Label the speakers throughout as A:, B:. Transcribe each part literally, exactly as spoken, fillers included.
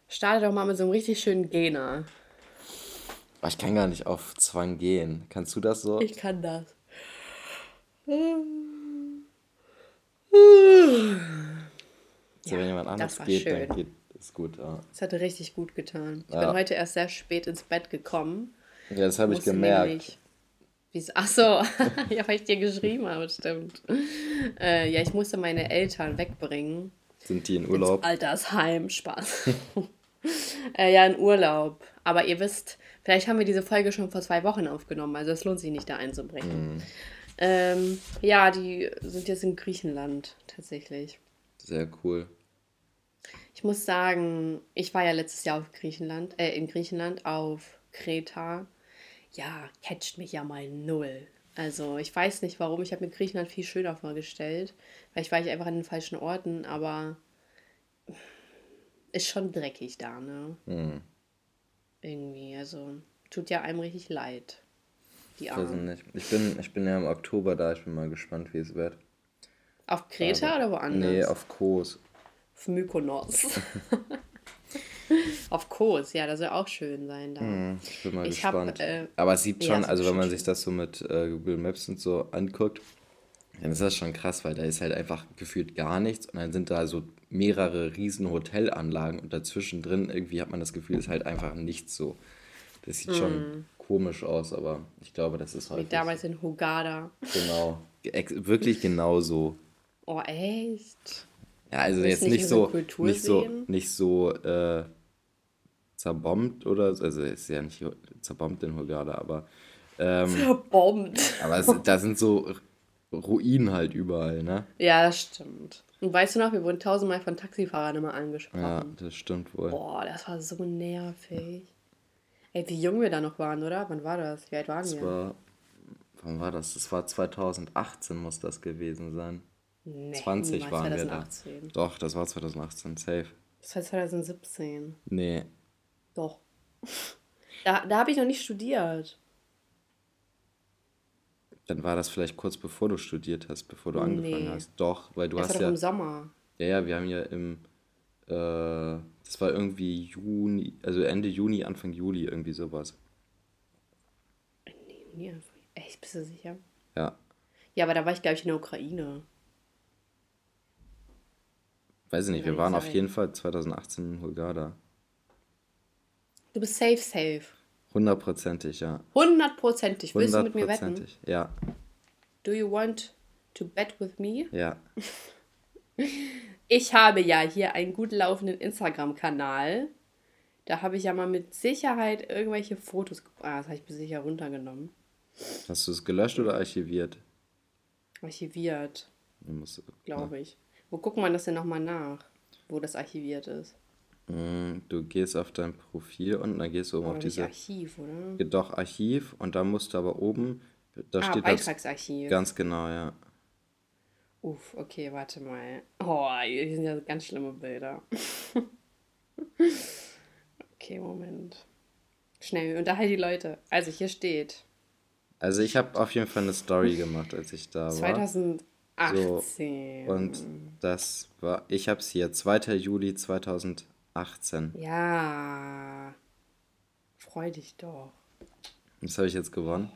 A: Starte doch mal mit so einem richtig schönen Gena.
B: Aber ich kann gar nicht auf Zwang gehen. Kannst du das so?
A: Ich kann das.
B: Also wenn
A: Ja,
B: jemand
A: das
B: anders
A: war
B: geht, dann
A: schön.
B: geht es gut. Ja,
A: Es hatte richtig gut getan. Ich bin
B: ja.
A: heute erst sehr spät ins Bett gekommen.
B: Ja, das habe ich
A: Musste
B: gemerkt.
A: nämlich. Wieso? Ach so, ja, weil ich dir geschrieben habe, stimmt. Äh, ja, ich musste meine Eltern wegbringen
B: Sind die in
A: ins
B: Urlaub?
A: Altersheim. Spaß. Äh, ja, in Urlaub. Aber ihr wisst, vielleicht haben wir diese Folge schon vor zwei Wochen aufgenommen, also es lohnt sich nicht, da einzubrechen.
B: Hm,
A: Ähm, ja, die sind jetzt in Griechenland tatsächlich.
B: sehr cool.
A: Ich muss sagen, ich war ja letztes Jahr auf Griechenland, äh, in Griechenland auf Kreta. Ja, catcht mich ja mal null. Also ich weiß nicht warum, ich habe mir Griechenland viel schöner vorgestellt. Vielleicht war ich einfach an den falschen Orten, aber ist schon dreckig da, ne?
B: Hm,
A: Irgendwie, also tut ja einem richtig leid, die
B: ich weiß
A: Armen.
B: nicht. Ich bin, ich bin ja im Oktober da. Ich bin mal gespannt, wie es wird.
A: Auf
B: Aber
A: Kreta oder
B: nee,
A: woanders?
B: auf Kos.
A: Auf Mykonos. Auf Kos, ja, das soll auch schön sein da.
B: Hm, ich bin mal
A: Ich habe,
B: gespannt.
A: äh,
B: Aber es sieht
A: ja,
B: schon,
A: es wird
B: also wenn
A: bestimmt
B: man sich
A: schön.
B: das so mit äh, Google Maps und so anguckt, dann ist das schon krass, weil da ist halt einfach gefühlt gar nichts und dann sind da so mehrere riesen Hotelanlagen und dazwischen drin irgendwie hat man das Gefühl, ist halt einfach nichts so. Das sieht schon komisch aus, aber ich glaube, das ist
A: Wie
B: häufig so.
A: damals in Hurghada.
B: Genau. Ex wirklich genau so.
A: Oh, echt?
B: Ja, also
A: Willst du
B: jetzt
A: nicht
B: nicht
A: unsere
B: so,
A: Kultur
B: nicht so,
A: sehen?
B: nicht so äh, zerbombt oder so. Also ist ja nicht zerbombt in Hurghada, aber, ähm,
A: Zerbombt.
B: aber es, da sind so Ruinen halt überall, ne?
A: Ja, das stimmt. Und weißt du noch, wir wurden tausendmal von Taxifahrern immer
B: Ja,
A: angesprochen.
B: das stimmt wohl.
A: Boah, das war so nervig. Ey, wie jung wir da noch waren, oder? Wann war das? Wie alt waren
B: Das
A: wir?
B: war, wann war das? Das war zwanzig achtzehn muss das gewesen sein.
A: Nee,
B: zwanzig
A: niemals
B: waren wir da.
A: zweitausendachtzehn.
B: Doch, das war zwanzig achtzehn, safe.
A: Das war zweitausendsiebzehn.
B: Nee,
A: Doch. Da, da habe ich noch nicht studiert.
B: dann war das vielleicht kurz bevor du studiert hast, bevor du angefangen
A: Nee.
B: hast. Doch, weil du
A: Das war
B: hast
A: doch im
B: ja,
A: Sommer.
B: ja, ja, wir haben ja im, äh, das war irgendwie Juni, also Ende Juni, Anfang Juli, irgendwie sowas.
A: Nee, Juni, Anfang. Echt, bist du sicher?
B: Ja,
A: Ja, aber da war ich, glaube ich, in der Ukraine.
B: weiß ich
A: Kann
B: nicht,
A: gar
B: wir
A: nicht
B: waren auf
A: sein.
B: jeden Fall zwanzig achtzehn in Hurghada.
A: Du bist safe, safe.
B: Hundertprozentig, ja.
A: Hundertprozentig. Willst du mit mir wetten?
B: Hundertprozentig, ja,
A: Do you want to bet with me?
B: ja.
A: Ich habe ja hier einen gut laufenden Instagram-Kanal. Da habe ich ja mal mit Sicherheit irgendwelche Fotos. ge- Ah, das habe ich bis sicher runtergenommen.
B: Hast du es gelöscht oder archiviert?
A: Archiviert,
B: Du musst, ne?
A: glaube ich. Wo guckt man das denn nochmal nach, wo das archiviert ist?
B: Mm, Du gehst auf dein Profil und dann gehst du oben
A: Aber
B: auf
A: doch nicht
B: diese,
A: Archiv, oder?
B: doch Archiv und da musst du aber oben, da
A: Ah,
B: steht das
A: Beitragsarchiv.
B: ganz genau, ja.
A: Uff, okay, warte mal. Oh, hier sind ja ganz schlimme Bilder. Okay, Moment. Schnell, unterhalte die Leute. Also hier steht
B: Also ich habe auf jeden Fall eine Story gemacht, als ich da war. So, und
A: zweitausendachtzehn.
B: das war, ich habe es hier, zweiter Juli zweitausendachtzehn.
A: Ja, freu dich doch.
B: Das habe ich jetzt gewonnen.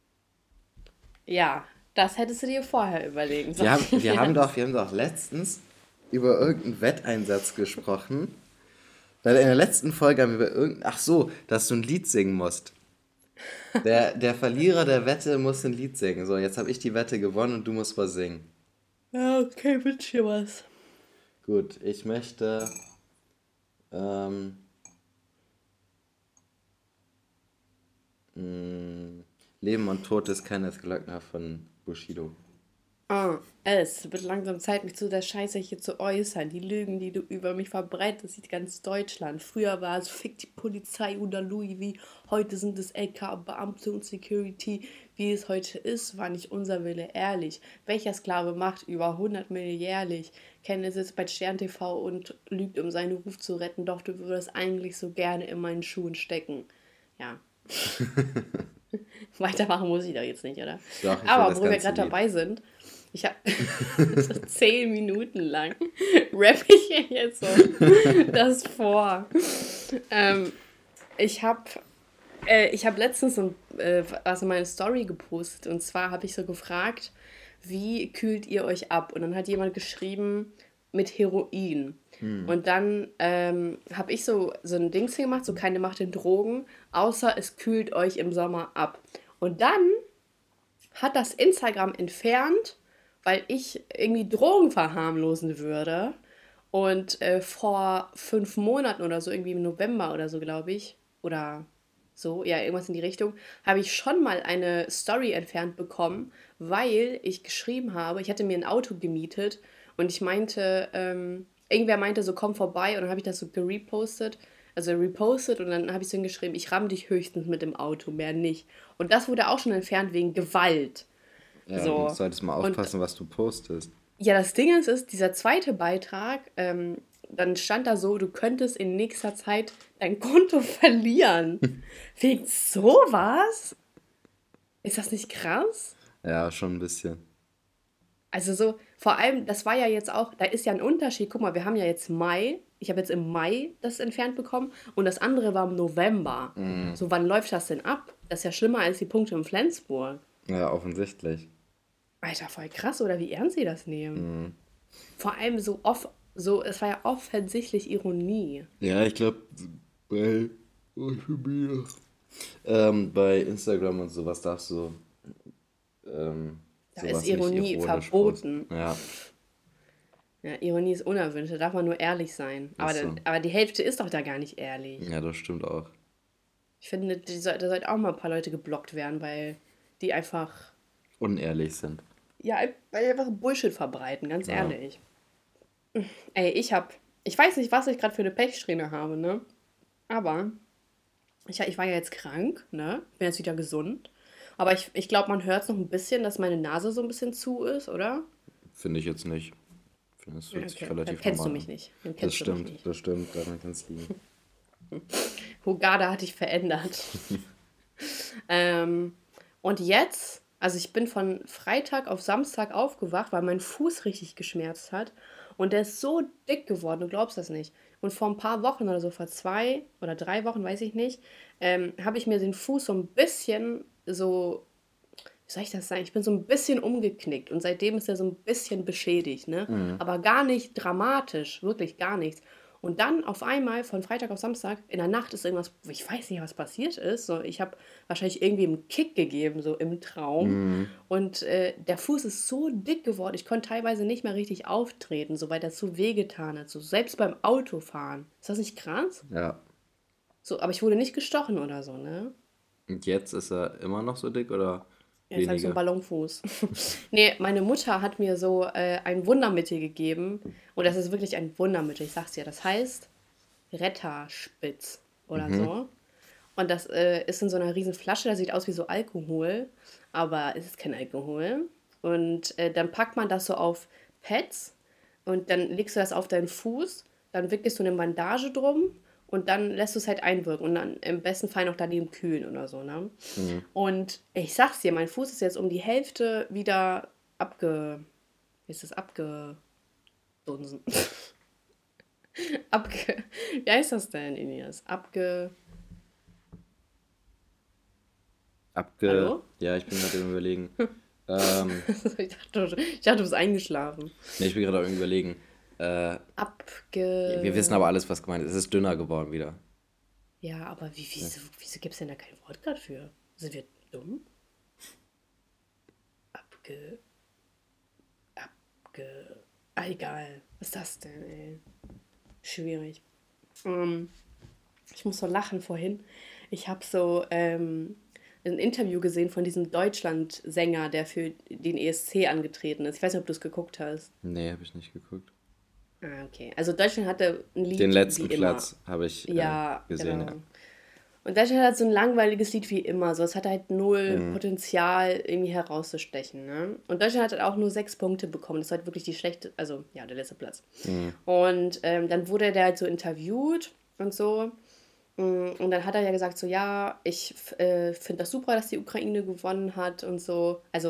A: Ja, das hättest du dir vorher überlegen
B: Wir
A: sollen.
B: haben, wir haben doch, wir haben doch letztens über irgendeinen Wetteinsatz gesprochen. Weil in der letzten Folge haben wir über irgendein, ach so, dass du ein Lied singen musst. Der, der Verlierer der Wette muss ein Lied singen. So, jetzt habe ich die Wette gewonnen und du musst was singen.
A: Ja, okay, wünsch dir was.
B: Gut, ich möchte, ähm, mh, Leben und Tod des Kenneth Glöckner von Bushido.
A: Ah, es wird langsam Zeit, mich zu der Scheiße hier zu äußern. Die Lügen, die du über mich verbreitest, sieht ganz Deutschland. Früher war es Fick die Polizei oder Louis V. Heute sind es L K-Beamte und Security. Wie es heute ist, war nicht unser Wille ehrlich. Welcher Sklave macht über hundert Millionen jährlich? Kenne sitzt bei Stern T V und lügt, um seinen Ruf zu retten. Doch du würdest eigentlich so gerne in meinen Schuhen stecken. Ja, weitermachen muss ich doch jetzt nicht, oder?
B: Doch, ich will
A: Aber
B: das
A: wo wir
B: ganze
A: gerade
B: Lied.
A: dabei sind, Ich habe so zehn Minuten lang rappe ich hier jetzt so das vor. Ähm, ich habe äh, ich hab letztens so, äh, also meine Story gepostet und zwar habe ich so gefragt, wie kühlt ihr euch ab? Und dann hat jemand geschrieben, mit Heroin.
B: Hm.
A: Und dann ähm, habe ich so, so ein Dings gemacht, so keine Macht in Drogen, außer es kühlt euch im Sommer ab. Und dann hat das Instagram entfernt, weil ich irgendwie Drogen verharmlosen würde. Und äh, vor fünf Monaten oder so, irgendwie im November oder so, glaube ich, oder so, ja, irgendwas in die Richtung, habe ich schon mal eine Story entfernt bekommen, weil ich geschrieben habe, ich hatte mir ein Auto gemietet und ich meinte, ähm, irgendwer meinte so, komm vorbei und dann habe ich das so gerepostet, also repostet und dann habe ich so hingeschrieben, ich ramm dich höchstens mit dem Auto, mehr nicht. Und das wurde auch schon entfernt wegen Gewalt.
B: Ja, dann
A: So.
B: solltest du mal
A: Und
B: aufpassen, was du postest.
A: ja, das Ding ist, ist dieser zweite Beitrag, ähm, dann stand da so, du könntest in nächster Zeit dein Konto verlieren. Wegen sowas? Ist das nicht krass?
B: Ja, schon ein bisschen.
A: Also so, vor allem, das war ja jetzt auch, da ist ja ein Unterschied. Guck mal, wir haben ja jetzt Mai. Ich habe jetzt im Mai das entfernt bekommen und das andere war im November.
B: Mhm.
A: So, wann läuft das denn ab? Das ist ja schlimmer als die Punkte in Flensburg.
B: Ja, offensichtlich.
A: Alter, voll krass, oder wie ernst sie das nehmen.
B: Mhm.
A: Vor allem so off, so, es war ja offensichtlich Ironie.
B: Ja, ich glaube, bei, oh, ich bin müde. ähm, bei Instagram und sowas darfst du ähm,
A: Da ist
B: sowas nicht
A: Ironie
B: ironisch posten.
A: verboten.
B: Ja,
A: Ja, Ironie ist unerwünscht, da darf man nur ehrlich sein. Aber,
B: ist
A: dann,
B: so.
A: aber die Hälfte ist doch da gar nicht ehrlich.
B: Ja, das stimmt auch.
A: Ich finde, die soll, da sollten auch mal ein paar Leute geblockt werden, weil die einfach,
B: Unehrlich sind.
A: ja, weil die einfach Bullshit verbreiten, ganz
B: Ja.
A: ehrlich. Ey, ich hab, ich weiß nicht, was ich gerade für eine Pechsträhne habe, ne? Aber ich, ich war ja jetzt krank, ne? Bin jetzt wieder gesund. Aber ich, ich glaube, man hört es noch ein bisschen, dass meine Nase so ein bisschen zu ist, oder?
B: Finde ich jetzt nicht. Ich finde, es
A: Ja,
B: hört sich
A: okay, dann
B: relativ
A: kennst du
B: normal
A: mich
B: an.
A: nicht. Dann
B: Das
A: kennst du mich
B: stimmt,
A: nicht.
B: das stimmt, daran kann es liegen.
A: Hogada hat dich verändert. ähm, und jetzt, also ich bin von Freitag auf Samstag aufgewacht, weil mein Fuß richtig geschmerzt hat. Und der ist so dick geworden, du glaubst das nicht. Und vor ein paar Wochen oder so, vor zwei oder drei Wochen, weiß ich nicht, ähm, habe ich mir den Fuß so ein bisschen so, wie soll ich das sagen? Ich bin so ein bisschen umgeknickt und seitdem ist er so ein bisschen beschädigt, ne?
B: Mhm.
A: Aber gar nicht dramatisch, wirklich gar nichts. Und dann auf einmal von Freitag auf Samstag in der Nacht ist irgendwas, ich weiß nicht, was passiert ist. So, ich habe wahrscheinlich irgendwie einen Kick gegeben, so im Traum.
B: Mhm.
A: Und äh, der Fuß ist so dick geworden, ich konnte teilweise nicht mehr richtig auftreten, so weil das so wehgetan hat. So, selbst beim Autofahren. Ist das nicht krass?
B: Ja.
A: So, aber ich wurde nicht gestochen oder so, ne?
B: Und jetzt ist er immer noch so dick oder
A: Jetzt habe ich so einen
B: weniger?
A: Ballonfuß. Nee, meine Mutter hat mir so äh, ein Wundermittel gegeben. Und das ist wirklich ein Wundermittel, ich sag's dir. Das heißt Retterspitz oder
B: Mhm.
A: so. Und das äh, ist in so einer riesen Flasche, das sieht aus wie so Alkohol, aber es ist kein Alkohol. Und äh, dann packt man das so auf Pads und dann legst du das auf deinen Fuß, dann wickelst du eine Bandage drum und dann lässt du es halt einwirken und dann im besten Fall noch daneben kühlen oder so, ne?
B: Mhm.
A: Und ich sag's dir, mein Fuß ist jetzt um die Hälfte wieder abge... Wie ist das? Abgedunsen. Abge... Wie heißt das denn, Ines? Abge...
B: Abge...
A: Hallo?
B: Ja, ich bin gerade am Überlegen. Ähm,
A: Ich dachte, ich dachte, du bist eingeschlafen.
B: ne, ich bin gerade am Überlegen. Äh, wir wissen
A: Abge...
B: aber alles, was gemeint ist. Es ist dünner geworden wieder.
A: Ja, aber wie, wieso, wieso gibt es denn da kein Wort gerade für? Sind wir dumm? Abge... Abge... Ah, egal. Was ist das denn, ey? Schwierig. Ähm, ich muss so lachen vorhin. Ich habe so ähm, ein Interview gesehen von diesem Deutschland-Sänger, der für den E S C angetreten ist. Ich weiß nicht, ob du es geguckt hast.
B: Nee, habe ich nicht geguckt.
A: Ah, okay. Also Deutschland hatte ein
B: Den
A: Lied wie
B: letzten
A: immer.
B: Platz habe ich äh,
A: Ja,
B: gesehen, ja.
A: genau. Und Deutschland hat so ein langweiliges Lied wie immer. So, es hat halt null
B: Mhm.
A: Potenzial, irgendwie herauszustechen. Ne? Und Deutschland hat halt auch nur sechs Punkte bekommen. Das war halt wirklich die schlechte, also ja, der letzte Platz.
B: Mhm.
A: Und ähm, dann wurde der halt so interviewt und so. Mm, Und dann hat er ja gesagt, so ja, ich äh, finde das super, dass die Ukraine gewonnen hat und so. Also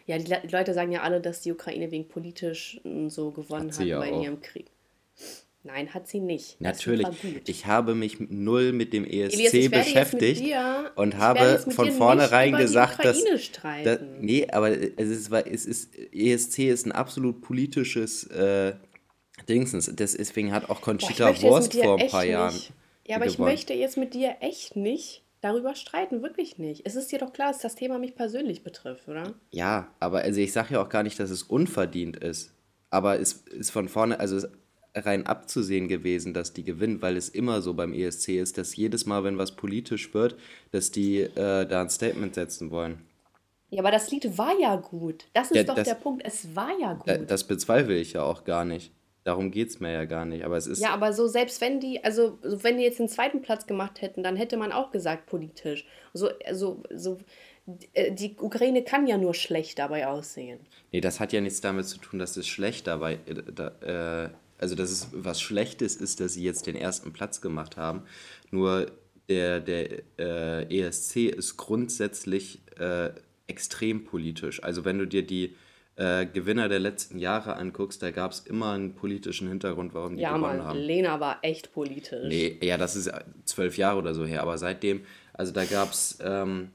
A: Ja, die, Le- die Leute sagen ja alle, dass die Ukraine wegen politisch mm, so
B: Hat
A: gewonnen
B: sie
A: hat,
B: ja
A: weil in
B: auch.
A: ihrem Krieg. Nein, hat sie nicht. Das Lied
B: Natürlich.
A: war gut.
B: Ich habe mich null mit dem
A: Elias,
B: E S C
A: ich werde jetzt mit
B: beschäftigt
A: dir,
B: und
A: ich werde
B: habe
A: jetzt mit
B: von
A: dir nicht
B: vornherein
A: über die
B: gesagt, dass,
A: Ukraine
B: dass
A: streiten.
B: nee, aber es ist, weil es ist, E S C ist ein absolut politisches äh, Dingsens. Das- Deswegen hat auch
A: Boah, ich
B: Conchita
A: möchte jetzt mit
B: Wurst
A: dir
B: vor ein paar
A: echt
B: Jahren
A: nicht. Ja, aber ich
B: gewonnen.
A: möchte jetzt mit dir echt nicht darüber streiten, wirklich nicht. Es ist dir doch klar, dass das Thema mich persönlich betrifft, oder?
B: Ja, aber also ich sage ja auch gar nicht, dass es unverdient ist. Aber es ist von vorne, also es ist rein abzusehen gewesen, dass die gewinnen, weil es immer so beim E S C ist, dass jedes Mal, wenn was politisch wird, dass die äh, da ein Statement setzen wollen.
A: Ja, aber das Lied war ja gut. Das
B: Ja,
A: ist doch der
B: das,
A: Punkt. Es war ja
B: da-
A: gut.
B: das bezweifle ich ja auch gar nicht. Darum geht es mir ja gar nicht. Aber es
A: Ja,
B: ist,
A: aber so selbst wenn die, also so wenn die jetzt den zweiten Platz gemacht hätten, dann hätte man auch gesagt politisch. So, also, so, äh, die Ukraine kann ja nur schlecht dabei aussehen.
B: nee, das hat ja nichts damit zu tun, dass es schlecht dabei, äh, da, äh, also dass es was Schlechtes ist, dass sie jetzt den ersten Platz gemacht haben. Nur der, der äh, E S C ist grundsätzlich äh, extrem politisch. Also wenn du dir die äh, Gewinner der letzten Jahre anguckst, da gab es immer einen politischen Hintergrund, warum die
A: Ja,
B: gewonnen
A: Mann,
B: haben.
A: Lena war echt politisch.
B: Nee, ja, das ist zwölf Jahre oder so her, aber seitdem, also da gab es, ähm,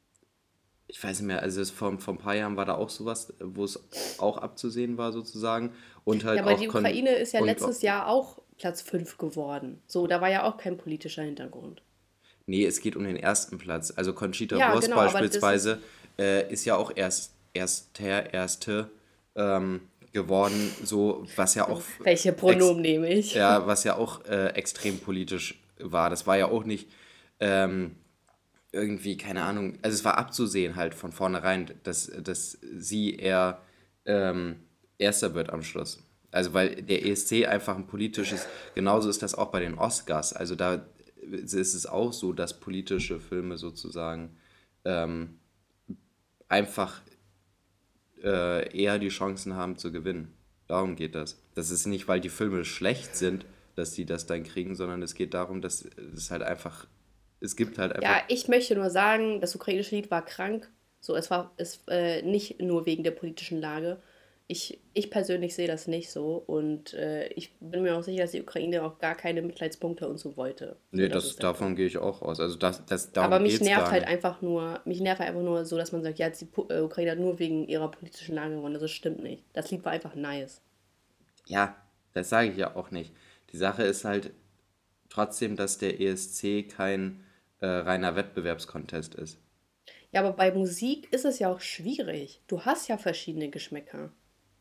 B: ich weiß nicht mehr, also es vor, vor ein paar Jahren war da auch sowas, wo es auch abzusehen war sozusagen und
A: Ja,
B: halt
A: aber
B: auch
A: die
B: kon
A: Ukraine ist ja
B: und
A: letztes Jahr auch Platz fünf geworden. So, da war ja auch kein politischer Hintergrund.
B: nee, es geht um den ersten Platz. Also Conchita
A: Ja,
B: Wurst
A: genau, aber das ist.
B: beispielsweise äh, ist ja auch erst erster erste ähm, geworden, so was ja auch
A: Welche
B: ex
A: Pronomen nehme ich?
B: ja, was ja auch äh, extrem politisch war. Das war ja auch nicht ähm, irgendwie, keine Ahnung, also es war abzusehen halt von vornherein, dass, dass sie eher ähm, Erster wird am Schluss. Also weil der E S C einfach ein politisches, genauso ist das auch bei den Oscars. Also da ist es auch so, dass politische Filme sozusagen ähm, einfach äh, eher die Chancen haben zu gewinnen. Darum geht das. Das ist nicht, weil die Filme schlecht sind, dass die das dann kriegen, sondern es geht darum, dass es halt einfach, es gibt halt
A: Ja,
B: einfach.
A: ich möchte nur sagen, das ukrainische Lied war krank. So, es war es äh, nicht nur wegen der politischen Lage. Ich, ich persönlich sehe das nicht so und äh, ich bin mir auch sicher, dass die Ukraine auch gar keine Mitleidspunkte und so wollte. So,
B: Nee,
A: das
B: das,
A: ist der
B: davon
A: Punkt.
B: gehe ich auch aus. Also das, das,
A: Aber
B: darum
A: mich
B: geht's
A: nervt
B: gar
A: halt
B: nicht.
A: einfach nur, mich nervt halt einfach nur so, dass man sagt, ja, jetzt die Pu- äh, Ukraine hat nur wegen ihrer politischen Lage gewonnen. Das stimmt nicht. Das Lied war einfach nice.
B: Ja, das sage ich ja auch nicht. Die Sache ist halt trotzdem, dass der E S C kein äh, reiner Wettbewerbskontest ist.
A: Ja, aber bei Musik ist es ja auch schwierig. Du hast ja verschiedene Geschmäcker.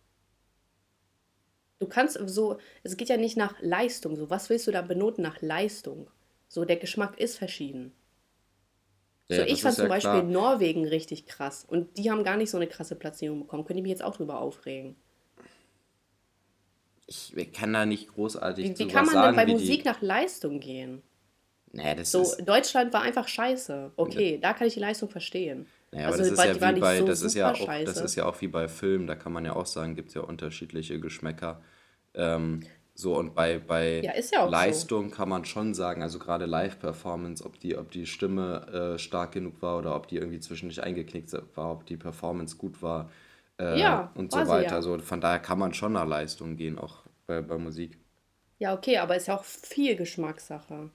A: Du kannst so, es geht ja nicht nach Leistung. So, was willst du da benoten nach Leistung? So, der Geschmack ist verschieden.
B: Ja,
A: So,
B: ja,
A: ich
B: das
A: fand
B: ist
A: zum
B: ja
A: Beispiel
B: klar.
A: Norwegen richtig krass. Und die haben gar nicht so eine krasse Platzierung bekommen. Könnte ich mich jetzt auch drüber aufregen.
B: Ich kann da nicht großartig
A: Wie, wie
B: zu
A: kann
B: was
A: man denn bei
B: sagen, wie
A: Musik
B: die.
A: nach Leistung gehen?
B: Naja, das
A: So,
B: ist.
A: Deutschland war einfach scheiße. Okay, da kann ich die Leistung verstehen.
B: Naja, aber
A: Also,
B: das ist
A: weil
B: ja
A: die war
B: wie
A: nicht
B: bei,
A: so
B: das ist ja
A: super
B: auch, das ist
A: scheiße.
B: ja auch wie bei Filmen, da kann man ja auch sagen, gibt es ja unterschiedliche Geschmäcker. Ähm, so und bei, bei
A: Ja, ist ja auch so.
B: Leistung kann man schon sagen, also gerade Live-Performance, ob die, ob die Stimme äh, stark genug war oder ob die irgendwie zwischendurch eingeknickt war, ob die Performance gut war äh,
A: Ja,
B: und
A: war
B: so
A: sie
B: weiter.
A: ja.
B: Also von daher kann man schon nach Leistung gehen, auch bei, bei Musik.
A: Ja, okay, aber ist ja auch viel Geschmackssache.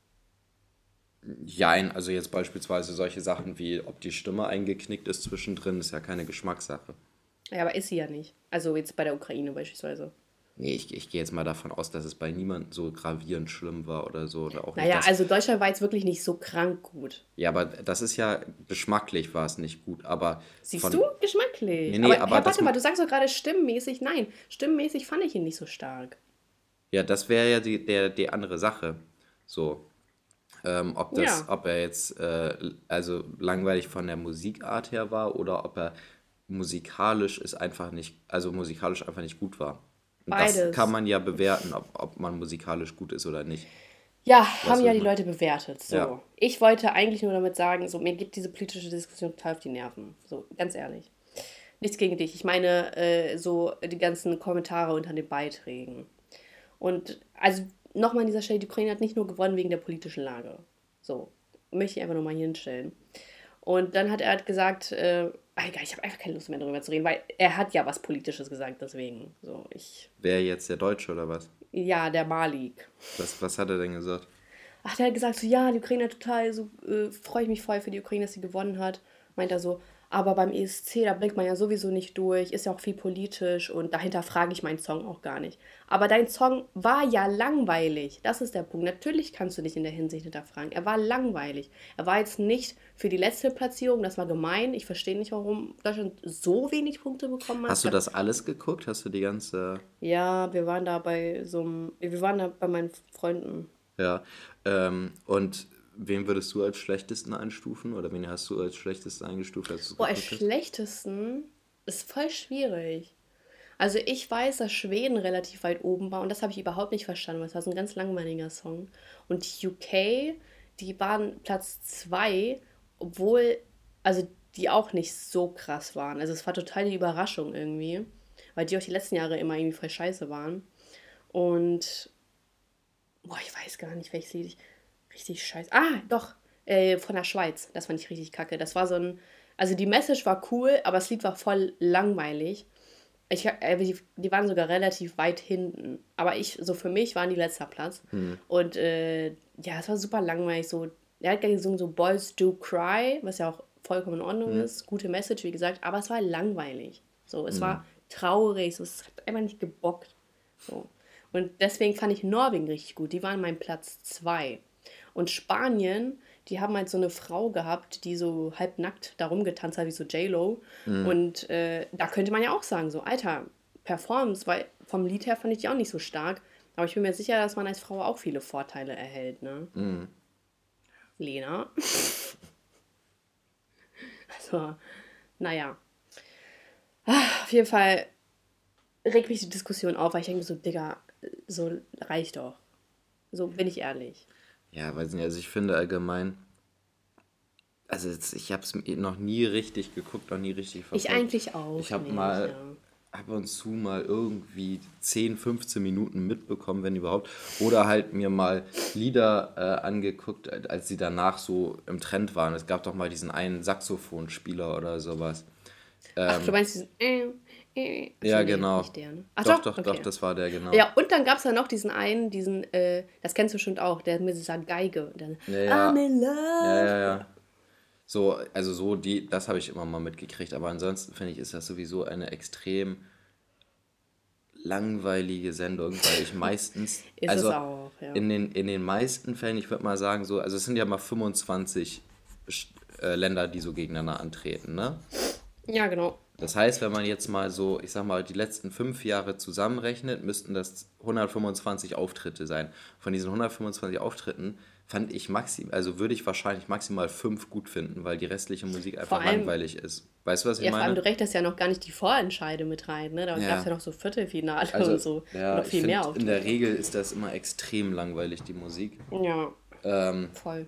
B: Jein, also jetzt beispielsweise solche Sachen wie, ob die Stimme eingeknickt ist zwischendrin, ist ja keine Geschmackssache.
A: Ja, aber ist sie ja nicht. Also jetzt bei der Ukraine beispielsweise.
B: Nee, ich, ich gehe jetzt mal davon aus, dass es bei niemandem so gravierend schlimm war oder so. Oder auch nicht
A: Naja,
B: das.
A: also Deutschland war jetzt wirklich nicht so krank gut.
B: Ja, aber das ist ja, geschmacklich war es nicht gut. Aber
A: Siehst du?
B: von. Nee,
A: Geschmacklich.
B: nee,
A: Aber
B: aber
A: Herr,
B: das.
A: warte mal, du sagst doch gerade stimmmäßig. Nein, stimmmäßig fand ich ihn nicht so stark.
B: Ja, das wäre ja die, der, die andere Sache. So. Ähm, ob das,
A: Ja,
B: ob er jetzt äh, also langweilig von der Musikart her war oder ob er musikalisch ist einfach nicht, also musikalisch einfach nicht gut war. Und das kann
A: beides.
B: man ja bewerten, ob, ob man musikalisch gut ist oder nicht.
A: Ja, haben
B: Weißt du, was
A: ja
B: ich
A: die
B: meine?
A: Leute bewertet.
B: Ja.
A: So. Ich wollte eigentlich nur damit sagen, so, mir gibt diese politische Diskussion total auf die Nerven. So, ganz ehrlich. Nichts gegen dich. Ich meine, äh, so die ganzen Kommentare unter den Beiträgen. Und also nochmal an dieser Stelle, die Ukraine hat nicht nur gewonnen wegen der politischen Lage. So, möchte ich einfach nochmal hier hinstellen. Und dann hat er halt gesagt, äh, egal, ich habe einfach keine Lust mehr darüber zu reden, weil er hat ja was Politisches gesagt, deswegen. So, ich.
B: Wer jetzt, der Deutsche oder was?
A: Ja, der Malik.
B: Was, was hat er denn gesagt?
A: Ach, der hat gesagt, so, ja, die Ukraine total, so, äh, freue ich mich voll für die Ukraine, dass sie gewonnen hat. Meint er so, aber beim E S C, da blickt man ja sowieso nicht durch, ist ja auch viel politisch und dahinter frage ich meinen Song auch gar nicht. Aber dein Song war ja langweilig. Das ist der Punkt. Natürlich kannst du dich in der Hinsicht hinterfragen. Er war langweilig. Er war jetzt nicht für die letzte Platzierung, das war gemein. Ich verstehe nicht, warum Deutschland so wenig Punkte bekommen hat.
B: Hast du das alles geguckt? Hast du die ganze...
A: Ja, wir waren da bei so einem, wir waren da bei meinen Freunden.
B: Ja. Ähm, und wen würdest du als schlechtesten einstufen? Oder wen hast du als schlechtesten eingestuft, als du
A: Boah, als
B: geguckt hast?
A: schlechtesten ist voll schwierig. Also ich weiß, dass Schweden relativ weit oben war und das habe ich überhaupt nicht verstanden, weil es war so ein ganz langweiliger Song. Und U K, die waren Platz zwei, obwohl, also die auch nicht so krass waren. Also es war total die Überraschung irgendwie, weil die auch die letzten Jahre immer irgendwie voll scheiße waren. Und, boah, ich weiß gar nicht, welches Lied ich richtig scheiße. Ah, doch, äh, von der Schweiz. Das fand ich richtig kacke. Das war so ein, also die Message war cool, aber das Lied war voll langweilig. Ich, äh, die, die waren sogar relativ weit hinten. Aber ich, so für mich waren die letzter Platz. Und äh, ja, es war super langweilig. So, er hat gesungen so Boys Do Cry, was ja auch vollkommen in Ordnung ist. Gute Message, wie gesagt. Aber es war langweilig. So, es war traurig. So, es hat einfach nicht gebockt. So. Und deswegen fand ich Norwegen richtig gut. Die waren mein Platz zwei. Und Spanien, die haben halt so eine Frau gehabt, die so halbnackt da rumgetanzt hat, wie so J-Lo. Und äh, da könnte man ja auch sagen, so, Alter, Performance, weil vom Lied her fand ich die auch nicht so stark. Aber ich bin mir sicher, dass man als Frau auch viele Vorteile erhält, ne? Lena. Also, naja. Auf jeden Fall regt mich die Diskussion auf, weil ich denke so, Digga, so reicht doch. So bin ich ehrlich.
B: Ja, weiß nicht, also ich finde allgemein, also jetzt, ich habe es noch nie richtig geguckt, noch nie richtig
A: Ich
B: verfolgt.
A: eigentlich auch
B: Ich habe
A: nicht,
B: mal,
A: ja.
B: ab und zu mal irgendwie zehn, fünfzehn Minuten mitbekommen, wenn überhaupt. Oder halt mir mal Lieder äh, angeguckt, als sie danach so im Trend waren. Es gab doch mal diesen einen Saxophonspieler oder sowas.
A: Ach, du meinst diesen äh, äh.
B: Ja,
A: Achso, nee,
B: genau.
A: nicht der, ne? Ach
B: Doch,
A: doch,
B: doch, doch,
A: okay.
B: das war der, genau.
A: Ja, und dann gab es ja noch diesen einen, diesen, äh, das kennst du bestimmt auch, der mit dieser Geige. Der,
B: Ja, ja.
A: I'm in
B: Ja,
A: love.
B: ja, ja. So, also so, die, das habe ich immer mal mitgekriegt, aber ansonsten finde ich, ist das sowieso eine extrem langweilige Sendung, weil ich meistens,
A: Ist
B: also
A: es auch, ja.
B: in den, in den meisten Fällen, ich würde mal sagen, so, also es sind ja mal fünfundzwanzig äh, Länder, die so gegeneinander antreten, ne?
A: Ja, genau.
B: Das heißt, wenn man jetzt mal so, ich sag mal, die letzten fünf Jahre zusammenrechnet, müssten das hundertfünfundzwanzig Auftritte sein. Von diesen hundertfünfundzwanzig Auftritten fand ich maximal, also würde ich wahrscheinlich maximal fünf gut finden, weil die restliche Musik einfach
A: Vor allem,
B: langweilig ist. Weißt du, was ich
A: ja, vor allem,
B: meine?
A: du rechnest ja noch gar nicht die Vorentscheide mit rein, ne? Da
B: Ja.
A: gab es ja noch so Viertelfinale
B: Also,
A: und so.
B: ja,
A: noch
B: ich
A: viel mehr
B: finde, in der
A: Auftritte.
B: Regel ist das immer extrem langweilig, die Musik.
A: Ja,
B: Ähm,
A: voll.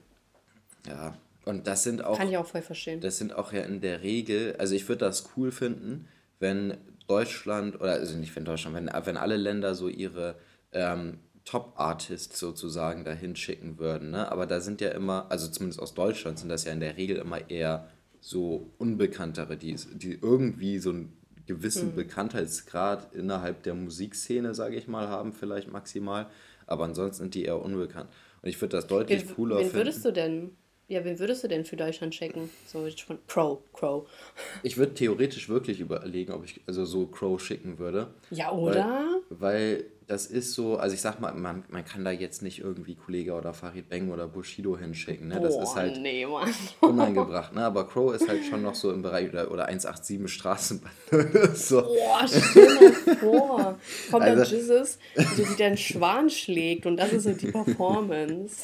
B: ja, und das sind auch,
A: Kann ich auch voll verstehen.
B: das sind auch ja in der Regel, also ich würde das cool finden, wenn Deutschland, oder also nicht wenn Deutschland, wenn, wenn alle Länder so ihre ähm, Top-Artists sozusagen dahin schicken würden, ne? Aber da sind ja immer, also zumindest aus Deutschland sind das ja in der Regel immer eher so Unbekanntere, die, die irgendwie so einen gewissen Bekanntheitsgrad innerhalb der Musikszene, sage ich mal, haben, vielleicht maximal, aber ansonsten sind die eher unbekannt. Und ich würde das deutlich
A: Wen,
B: cooler
A: wen
B: finden.
A: würdest du denn, ja, wen würdest du denn für Deutschland schicken? So, jetzt von Crow, Crow.
B: Ich würde theoretisch wirklich überlegen, ob ich also so Crow schicken würde.
A: Ja,
B: Weil,
A: oder?
B: weil das ist so, also ich sag mal, man, man kann da jetzt nicht irgendwie Kollega oder Farid Bang oder Bushido hinschicken, ne? Das ist
A: Boah,
B: halt
A: nee, Mann.
B: unangebracht, ne? Aber Crow ist halt schon noch so im Bereich, oder, oder hundertsiebenundachtzig Straßenbahn oder so.
A: Boah, stell dir vor. Kommt dann
B: Also,
A: Jesus, so wie der einen Schwan schlägt und das ist so die Performance.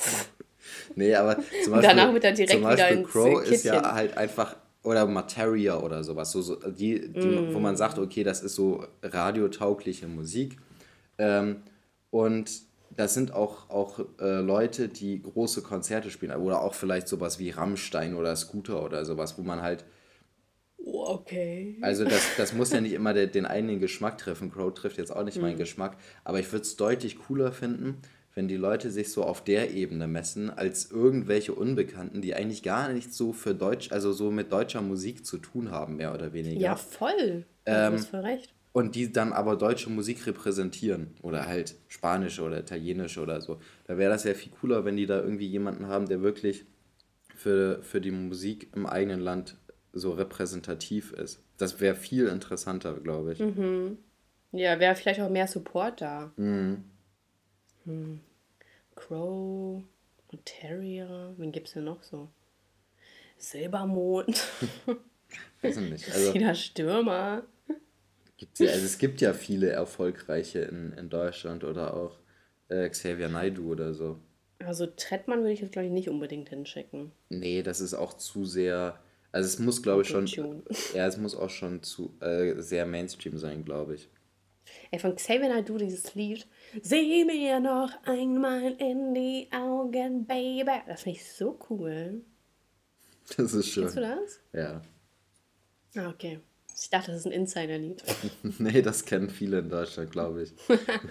B: nee, aber zum
A: Und danach
B: Beispiel,
A: wird er direkt
B: zum
A: wieder
B: Beispiel
A: ins
B: Crow
A: äh,
B: ist ja
A: Kittchen.
B: halt einfach, oder Materia oder sowas, so, so die, die, wo man sagt, okay, das ist so radiotaugliche Musik. Ähm, und das sind auch, auch äh, Leute, die große Konzerte spielen, oder auch vielleicht sowas wie Rammstein oder Scooter oder sowas, wo man halt,
A: Oh, okay.
B: also das, das muss ja nicht immer der, den eigenen Geschmack treffen. Crow trifft jetzt auch nicht meinen Geschmack, aber ich würde es deutlich cooler finden, wenn die Leute sich so auf der Ebene messen, als irgendwelche Unbekannten, die eigentlich gar nicht so für Deutsch, also so mit deutscher Musik zu tun haben, mehr oder
A: Ja,
B: weniger.
A: voll. Also, du hast voll recht.
B: Und die dann aber deutsche Musik repräsentieren. Oder halt spanische oder italienische oder so. Da wäre das ja viel cooler, wenn die da irgendwie jemanden haben, der wirklich für, für die Musik im eigenen Land so repräsentativ ist. Das wäre viel interessanter, glaube ich.
A: Ja, wäre vielleicht auch mehr Support da.
B: Mhm.
A: Crow, Terrier, wen gibt's denn noch so? Silbermond,
B: Weiß ich nicht. Also,
A: Sina Stürmer.
B: gibt's ja, also es gibt ja viele erfolgreiche in, in Deutschland oder auch äh, Xavier Naidoo oder so.
A: Also Trettmann würde ich jetzt, glaube ich, nicht unbedingt hinschicken.
B: Nee, das ist auch zu sehr. Also es muss, glaube ich, schon.
A: Autotune.
B: Ja, es muss auch schon zu äh, sehr Mainstream sein, glaube ich.
A: Ey, von Xavier Naidoo dieses Lied. Sieh mir noch einmal in die Augen, Baby. Das finde ich so cool.
B: Das ist
A: Kennst du
B: schon.
A: das?
B: Ja.
A: Ah, okay. Ich dachte, das ist ein Insider-Lied.
B: Nee, das kennen viele in Deutschland, glaube ich.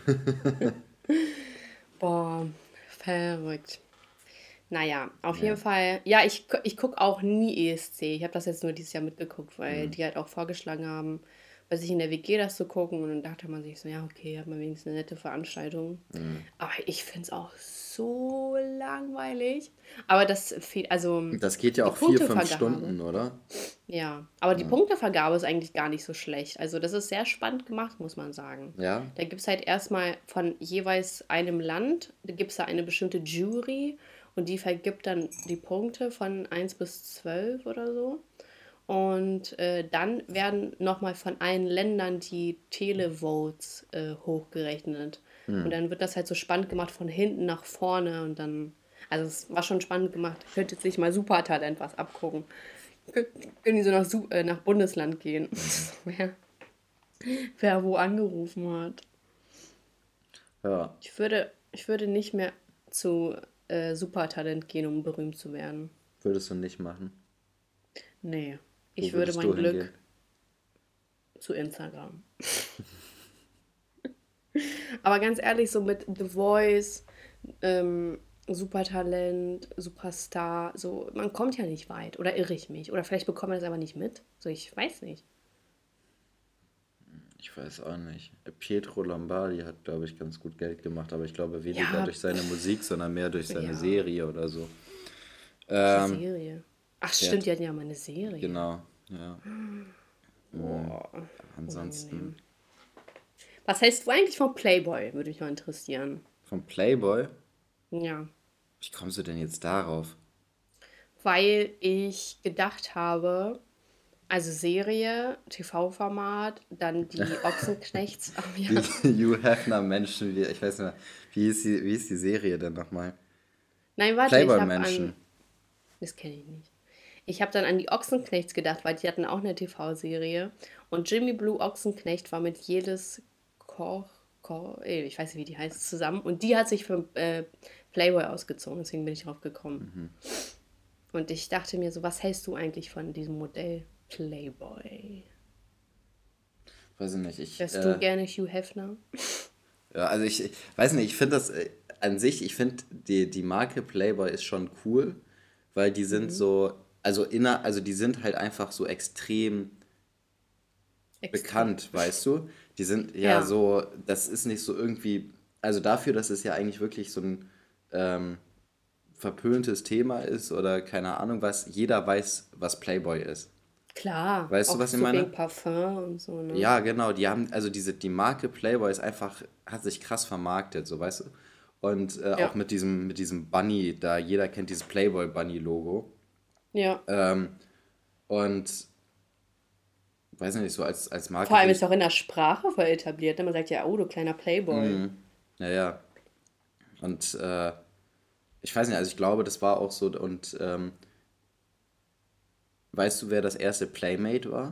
A: Boah, verrückt. Naja, auf jeden
B: Ja.
A: Fall. Ja, ich, gu- ich gucke auch nie E S C. Ich habe das jetzt nur dieses Jahr mitgeguckt, weil
B: Mhm.
A: die halt auch vorgeschlagen haben, bei sich in der W G das zu gucken. Und dann dachte man sich so, ja, okay, hat man wenigstens eine nette Veranstaltung.
B: Mhm.
A: Aber ich finde es auch so langweilig. Aber das fehlt, also
B: Das geht ja
A: die
B: auch vier, fünf
A: Punktevergabe.
B: Stunden, oder?
A: Ja, aber die
B: Ja.
A: Punktevergabe ist eigentlich gar nicht so schlecht. Also das ist sehr spannend gemacht, muss man sagen.
B: Ja?
A: Da gibt es halt erstmal von jeweils einem Land, da gibt es da eine bestimmte Jury und die vergibt dann die Punkte von eins bis zwölf oder so. Und äh, dann werden nochmal von allen Ländern die Televotes äh, hochgerechnet. Und dann wird das halt so spannend gemacht von hinten nach vorne und dann, also es war schon spannend gemacht. Könnte sich mal Supertalent was abgucken. Können die so nach, Su äh, nach Bundesland gehen. wer, wer wo angerufen hat.
B: Ja.
A: Ich würde, ich würde nicht mehr zu äh, Supertalent gehen, um berühmt zu werden.
B: Würdest du nicht machen?
A: Nee.
B: Wo
A: Ich würde
B: würdest
A: mein
B: du
A: Glück
B: hingehen?
A: zu Instagram. Aber ganz ehrlich, so mit The Voice, ähm, Supertalent, Superstar, so, man kommt ja nicht weit. Oder irre ich mich? Oder vielleicht bekommt man das aber nicht mit. So, ich weiß nicht.
B: Ich weiß auch nicht. Pietro Lombardi hat, glaube ich, ganz gut Geld gemacht, aber ich glaube weniger
A: Ja,
B: durch seine Musik, sondern mehr durch seine
A: ja,
B: Serie oder so.
A: die
B: Ähm,
A: Serie. Ach,
B: der
A: stimmt,
B: hat,
A: die hatten ja mal eine Serie.
B: genau, ja.
A: Boah,
B: Ansonsten
A: unangenehm. Was hältst du eigentlich von Playboy? Würde mich mal interessieren.
B: vom Playboy.
A: Ja,
B: Wie kommst du denn jetzt darauf?
A: weil ich gedacht habe, also Serie, T V-Format, dann die Ochsenknechts. Oh, ja.
B: Die Hugh Hefner Menschen, wie, ich weiß nicht mehr, wie ist die, wie ist die Serie denn nochmal?
A: Nein, warte, ich
B: Playboy
A: habe an.
B: Menschen.
A: Das kenne ich nicht. Ich habe dann an die Ochsenknechts gedacht, weil die hatten auch eine T V-Serie. Und Jimmy Blue Ochsenknecht war mit jedes Koch, Koch, eh, ich weiß nicht, wie die heißt, zusammen. Und die hat sich für äh, Playboy ausgezogen, deswegen bin ich drauf gekommen. Und ich dachte mir so, was hältst du eigentlich von diesem Modell Playboy?
B: Weiß ich nicht. Ich,
A: Wärst
B: äh,
A: du gerne Hugh Hefner?
B: ja, also ich, ich weiß nicht, ich finde das äh, an sich, ich finde die, die Marke Playboy ist schon cool, weil die sind so, also inner, also die sind halt einfach so extrem
A: Extrem.
B: bekannt, weißt du? Die sind ja
A: Ja,
B: so, das ist nicht so irgendwie, also dafür, dass es ja eigentlich wirklich so ein ähm, verpöntes Thema ist oder keine Ahnung was, jeder weiß, was Playboy ist.
A: klar.
B: Weißt du,
A: Auch
B: was ich
A: so
B: meine?
A: wegen Parfum und so, ne?
B: Ja, genau, die haben, also diese, die Marke Playboy ist einfach, hat sich krass vermarktet, so weißt du? Und äh, auch
A: Ja.
B: mit diesem, mit diesem Bunny, da jeder kennt dieses Playboy Bunny-Logo.
A: Ja.
B: Ähm, und weiß nicht, so als, als Marke
A: Vor allem
B: finde
A: ist
B: ich,
A: auch in der Sprache voll etabliert. Ne? Man sagt ja, oh, du kleiner Playboy.
B: naja, und äh, ich weiß nicht, also ich glaube, das war auch so, und ähm, weißt du, wer das erste Playmate war?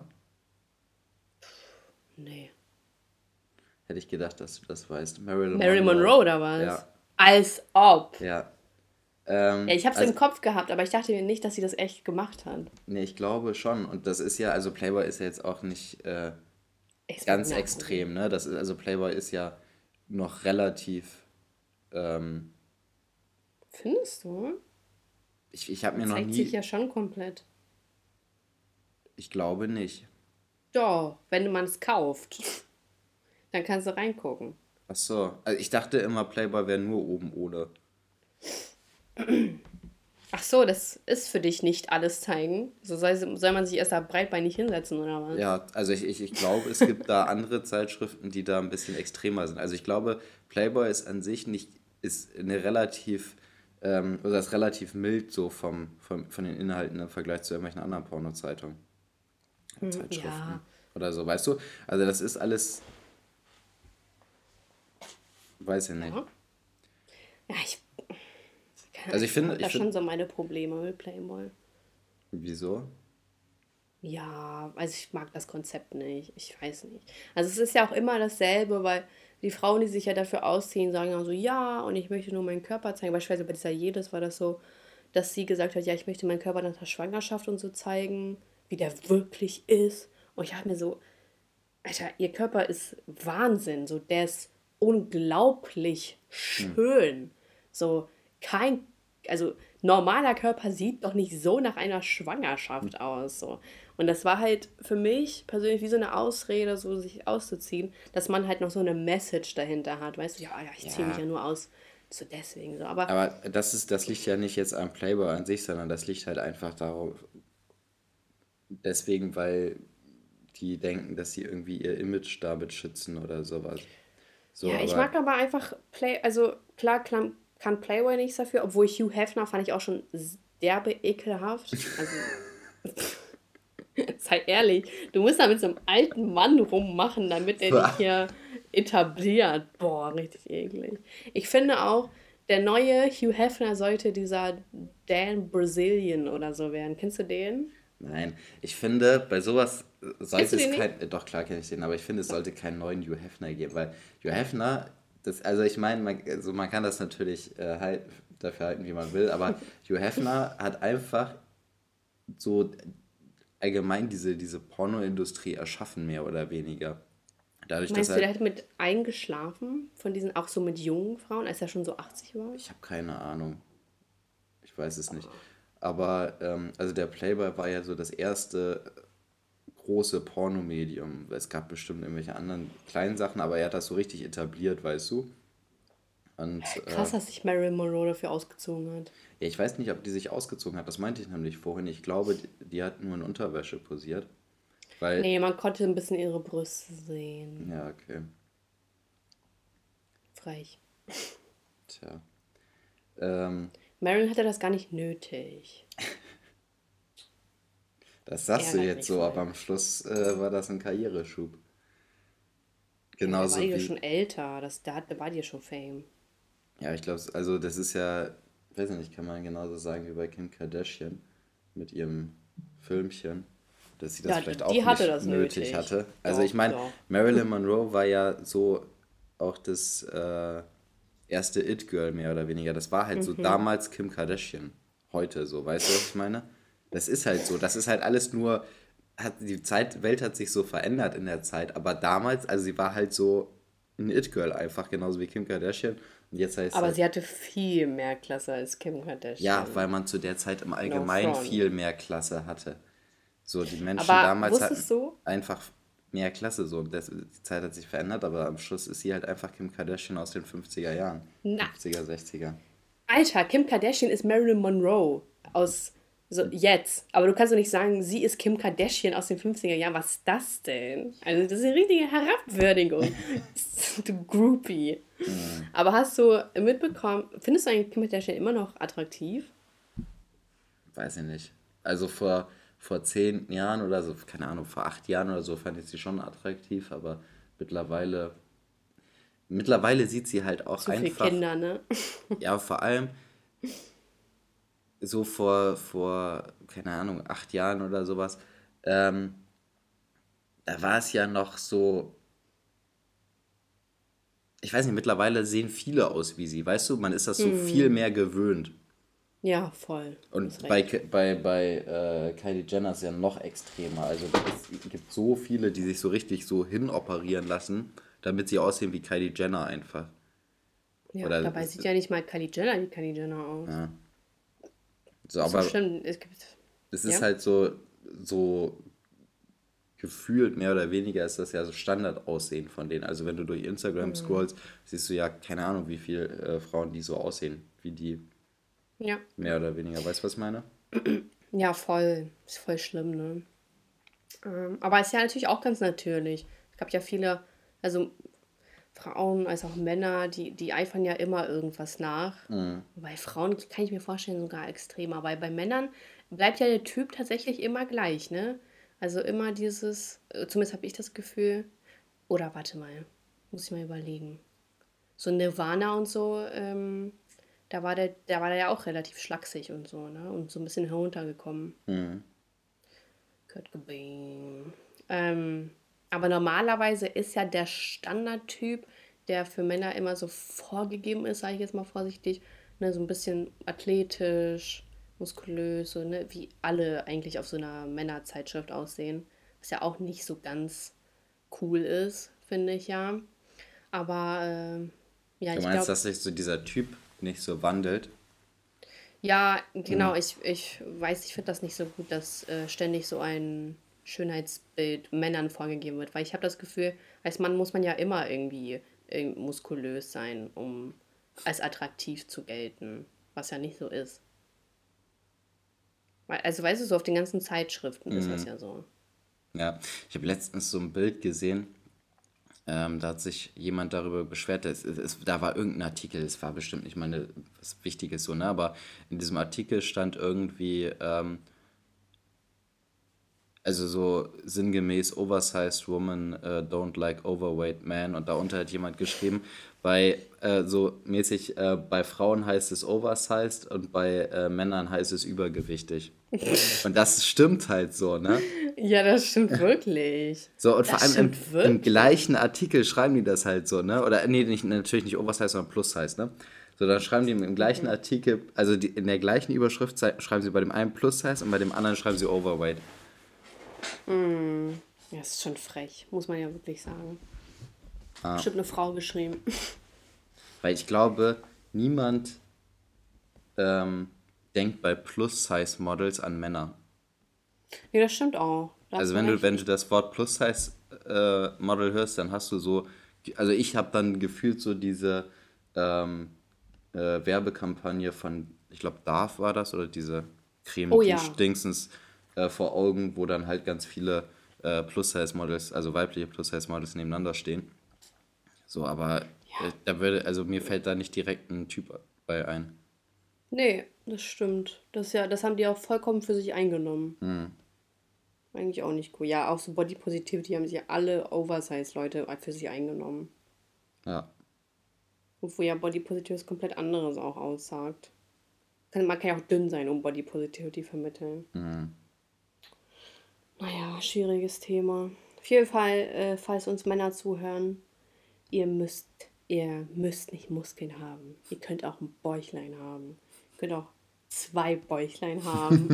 A: Nee.
B: Hätte ich gedacht, dass du das weißt. Marilyn
A: Marilyn
B: Monroe.
A: Monroe oder was?
B: Ja,
A: Als ob.
B: ja. Ähm,
A: Ja, ich habe es
B: also,
A: im Kopf gehabt, aber ich dachte mir nicht, dass sie das echt gemacht hat.
B: nee, ich glaube schon. Und das ist ja, also Playboy ist ja jetzt auch nicht äh,
A: Ich
B: ganz
A: na,
B: extrem, ne? Das ist, also Playboy ist ja noch relativ Ähm,
A: Findest du?
B: ich ich habe mir
A: Das
B: noch
A: zeigt sich
B: nie,
A: ja schon komplett.
B: ich glaube nicht.
A: Doch, wenn man es kauft, dann kannst du reingucken.
B: Ach so, also ich dachte immer, Playboy wäre nur oben ohne.
A: Ach so, das ist für dich nicht alles zeigen. So soll, soll man sich erst da breitbeinig hinsetzen oder was?
B: Ja, also ich, ich, ich glaube, es gibt da andere Zeitschriften, die da ein bisschen extremer sind. Also ich glaube, Playboy ist an sich nicht, ist eine relativ, ähm, oder ist relativ mild so vom, vom, von den Inhalten im Vergleich zu irgendwelchen anderen Pornozeitungen,
A: Hm,
B: Zeitschriften
A: ja.
B: oder so, weißt du? Also das ist alles, weiß ich nicht.
A: Ja. Ja, ich, keine
B: Also
A: Ahnung,
B: ich
A: ich
B: finde,
A: habe
B: ich
A: da schon
B: finde,
A: so meine Probleme mit Playboy.
B: wieso?
A: Ja, also ich mag das Konzept nicht. Ich weiß nicht. Also es ist ja auch immer dasselbe, weil die Frauen, die sich ja dafür ausziehen, sagen ja so, ja, und ich möchte nur meinen Körper zeigen. Beispielsweise bei dieser Jedes war das so, dass sie gesagt hat, ja, ich möchte meinen Körper nach der Schwangerschaft und so zeigen, wie der wirklich ist. Und ich dachte mir so, Alter, ihr Körper ist Wahnsinn. So, der ist unglaublich
B: Hm.
A: schön. So, kein, also normaler Körper sieht doch nicht so nach einer Schwangerschaft aus. So. Und das war halt für mich persönlich wie so eine Ausrede, so sich auszuziehen, dass man halt noch so eine Message dahinter hat. Weißt du, ja, ja, ich ziehe mich
B: Ja,
A: ja nur aus. So deswegen so. Aber
B: aber das ist, das liegt ja nicht jetzt am Playboy an sich, sondern das liegt halt einfach darauf, deswegen, weil die denken, dass sie irgendwie ihr Image damit schützen oder sowas. So,
A: ja, ich
B: aber
A: mag aber einfach Play, also klar kann, kann Playboy nichts dafür, obwohl Hugh Hefner fand ich auch schon derbe ekelhaft. Also, sei ehrlich, du musst da mit so einem alten Mann rummachen, damit er dich hier etabliert. Boah, richtig eklig. Ich finde auch, der neue Hugh Hefner sollte dieser Dan Brazilian oder so werden. Kennst du den?
B: nein, ich finde, bei sowas
A: Kennst
B: sollte
A: du
B: es
A: den nicht?
B: kein, äh, doch klar kenne ich den, aber ich finde, es sollte keinen neuen Hugh Hefner geben, weil Hugh Hefner, das, also ich meine, man, also man kann das natürlich äh, halt, dafür halten, wie man will, aber Hugh Hefner hat einfach so allgemein diese, diese Pornoindustrie erschaffen, mehr oder weniger. Dadurch, dass
A: Meinst du,
B: er,
A: der hat mit eingeschlafen? Von diesen, auch so mit jungen Frauen, als er schon so achtzig war?
B: ich habe keine Ahnung, ich weiß es nicht. Aber ähm, also der Playboy war ja so das erste große Pornomedium. Es gab bestimmt irgendwelche anderen kleinen Sachen, aber er hat das so richtig etabliert, weißt du? Und äh,
A: Krass, dass sich Marilyn Monroe dafür ausgezogen hat.
B: ja, ich weiß nicht, ob die sich ausgezogen hat. Das meinte ich nämlich vorhin. Ich glaube, die, die hat nur in Unterwäsche posiert. Weil,
A: Nee, man konnte ein bisschen ihre Brüste sehen.
B: ja, okay.
A: Frech.
B: Tja. Ähm,
A: Marilyn hatte das gar nicht nötig.
B: das sagst du
A: Ärgert
B: jetzt
A: mich
B: so, aber
A: voll.
B: am Schluss äh, war das ein Karriereschub.
A: Ja, aber da war die
B: Genauso
A: ja
B: wie,
A: schon älter. Das, da, hat- da war die ja schon Fame.
B: ja, ich glaube, also das ist ja, weiß nicht, kann man genauso sagen wie bei Kim Kardashian mit ihrem Filmchen, dass sie das
A: Ja,
B: vielleicht
A: die
B: auch
A: hatte
B: nicht
A: das
B: nötig
A: nötig.
B: hatte. Also ich
A: Doch,
B: meine,
A: doch.
B: Marilyn Monroe war ja so auch das äh, erste It-Girl mehr oder weniger. Das war halt so
A: Mhm.
B: damals Kim Kardashian, heute so, weißt du, was ich meine? Das ist halt so, das ist halt alles nur, hat, die Zeit, Welt hat sich so verändert in der Zeit, aber damals, also sie war halt so ein It-Girl einfach, genauso wie Kim Kardashian. Und jetzt heißt es
A: Aber
B: halt
A: sie hatte viel mehr Klasse als Kim
B: ja, weil
A: Kardashian.
B: man zu der Zeit im
A: No
B: Allgemeinen
A: front.
B: viel mehr Klasse hatte. So, die Menschen
A: Aber
B: damals hatten
A: wusstest du?
B: einfach mehr Klasse. So, das, die Zeit hat sich verändert, aber am Schluss ist sie halt einfach Kim Kardashian aus den fünfziger Jahren.
A: Na,
B: fünfziger, sechziger.
A: Alter, Kim Kardashian ist Marilyn Monroe aus so jetzt. Aber du kannst doch nicht sagen, sie ist Kim Kardashian aus den fünfziger Jahren. Was ist das denn? Also, das ist eine richtige Herabwürdigung. Du Groupie.
B: Hm,
A: Aber hast du mitbekommen, findest du eigentlich Kim Kardashian immer noch attraktiv?
B: weiß ich nicht. Also vor, vor zehn Jahren oder so, keine Ahnung, vor acht Jahren oder so fand ich sie schon attraktiv, aber mittlerweile, mittlerweile sieht sie halt auch
A: Zu viele
B: einfach,
A: Kinder, ne?
B: ja, vor allem so vor, vor, keine Ahnung, acht Jahren oder sowas, ähm, da war es ja noch so, ich weiß nicht, mittlerweile sehen viele aus wie sie, weißt du, man ist das so viel
A: Hm.
B: mehr gewöhnt.
A: Ja, voll. Du hast
B: Und bei,
A: recht.
B: Ki- bei, bei äh, Kylie Jenner ist ja noch extremer. Also es gibt so viele, die sich so richtig so hinoperieren lassen, damit sie aussehen wie Kylie Jenner einfach.
A: Ja,
B: Oder
A: dabei
B: es,
A: sieht ja nicht mal Kylie Jenner wie Kylie Jenner aus.
B: ja. So,
A: So
B: aber
A: stimmt. Es gibt.
B: es ist
A: Ja?
B: halt so, so gefühlt mehr oder weniger ist das ja so Standardaussehen von denen. Also wenn du durch Instagram
A: Mhm.
B: scrollst, siehst du ja keine Ahnung, wie viele äh, Frauen, die so aussehen, wie die
A: Ja.
B: mehr oder weniger. Weißt du, was ich meine?
A: Ja, voll. Ist voll schlimm, ne? Ähm, aber ist ja natürlich auch ganz natürlich. Es gab ja viele, also Frauen als auch Männer, die, die eifern ja immer irgendwas nach.
B: Mhm.
A: Bei Frauen kann ich mir vorstellen, sogar extremer. Weil bei Männern bleibt ja der Typ tatsächlich immer gleich, ne? Also immer dieses, äh, zumindest habe ich das Gefühl, oder warte mal, muss ich mal überlegen. So Nirvana und so, ähm, da war der, da war der ja auch relativ schlaksig und so, ne? Und so ein bisschen heruntergekommen.
B: Mhm.
A: Kurt Cobain. Ähm, aber normalerweise ist ja der Standardtyp, der für Männer immer so vorgegeben ist, sage ich jetzt mal vorsichtig, ne, so ein bisschen athletisch, muskulös, so, ne, wie alle eigentlich auf so einer Männerzeitschrift aussehen. Was ja auch nicht so ganz cool ist, finde ich ja. Aber ähm, ja,
B: Du
A: ich
B: meinst,
A: glaube,
B: dass sich so dieser Typ nicht so wandelt?
A: ja, genau,
B: Mhm.
A: ich, ich weiß, ich finde das nicht so gut, dass äh, ständig so ein Schönheitsbild Männern vorgegeben wird, weil ich habe das Gefühl, als Mann muss man ja immer irgendwie äh, muskulös sein, um als attraktiv zu gelten, was ja nicht so ist. Weil- Also weißt du, so auf den ganzen Zeitschriften ist das
B: Mhm.
A: ja so.
B: Ja, ich habe letztens so ein Bild gesehen, ähm, da hat sich jemand darüber beschwert, es, es, es, da war irgendein Artikel, es war bestimmt nicht mal eine, was Wichtiges so, ne? Aber in diesem Artikel stand irgendwie, ähm, also so sinngemäß Oversized Woman äh, don't like overweight men und darunter hat jemand geschrieben, bei äh, so mäßig äh, bei Frauen heißt es oversized und bei äh, Männern heißt es übergewichtig. Und das stimmt halt so, ne?
A: Ja, das stimmt wirklich.
B: So, und vor
A: Das
B: allem im,
A: stimmt
B: im
A: wirklich.
B: gleichen Artikel schreiben die das halt so, ne? Oder nee, nicht, natürlich nicht Oversize, sondern Plus-Size, ne? So, dann schreiben die im gleichen
A: Mhm.
B: Artikel, also die, in der gleichen Überschrift zei- schreiben sie bei dem einen Plus-Size und bei dem anderen schreiben sie Overweight.
A: Mm. Ja, ist schon frech, muss man ja wirklich sagen.
B: Ah,
A: Bestimmt eine Frau geschrieben.
B: weil ich glaube, niemand ähm, denkt bei Plus-Size-Models an Männer.
A: Nee, das stimmt auch. Da hast
B: Also
A: du
B: wenn du,
A: recht.
B: wenn du
A: Ich,
B: das Wort Plus-Size-Model hörst, dann hast du so, also ich habe dann gefühlt so diese ähm, äh, Werbekampagne von, ich glaube, Dove war das, oder diese
A: oh ja.
B: Creme-Dusch-Dingsens äh, vor Augen, wo dann halt ganz viele äh, Plus-Size-Models, also weibliche Plus-Size-Models nebeneinander stehen. So, aber äh,
A: Ja.
B: da würde, also mir fällt da nicht direkt ein Typ bei ein.
A: Nee, das stimmt. Das ja, das haben die auch vollkommen für sich eingenommen.
B: Hm,
A: Eigentlich auch nicht cool. Ja, auch so Body Positivity haben sich ja alle Oversize-Leute für sich eingenommen.
B: ja,
A: Obwohl ja Body Positivity was komplett anderes auch aussagt. Kann, man kann ja auch dünn sein, um Body Positivity vermitteln.
B: hm,
A: Naja, schwieriges Thema. Auf jeden Fall, äh, falls uns Männer zuhören, ihr müsst, ihr müsst nicht Muskeln haben. Ihr könnt auch ein Bäuchlein haben. Ihr könnt auch zwei Bäuchlein haben.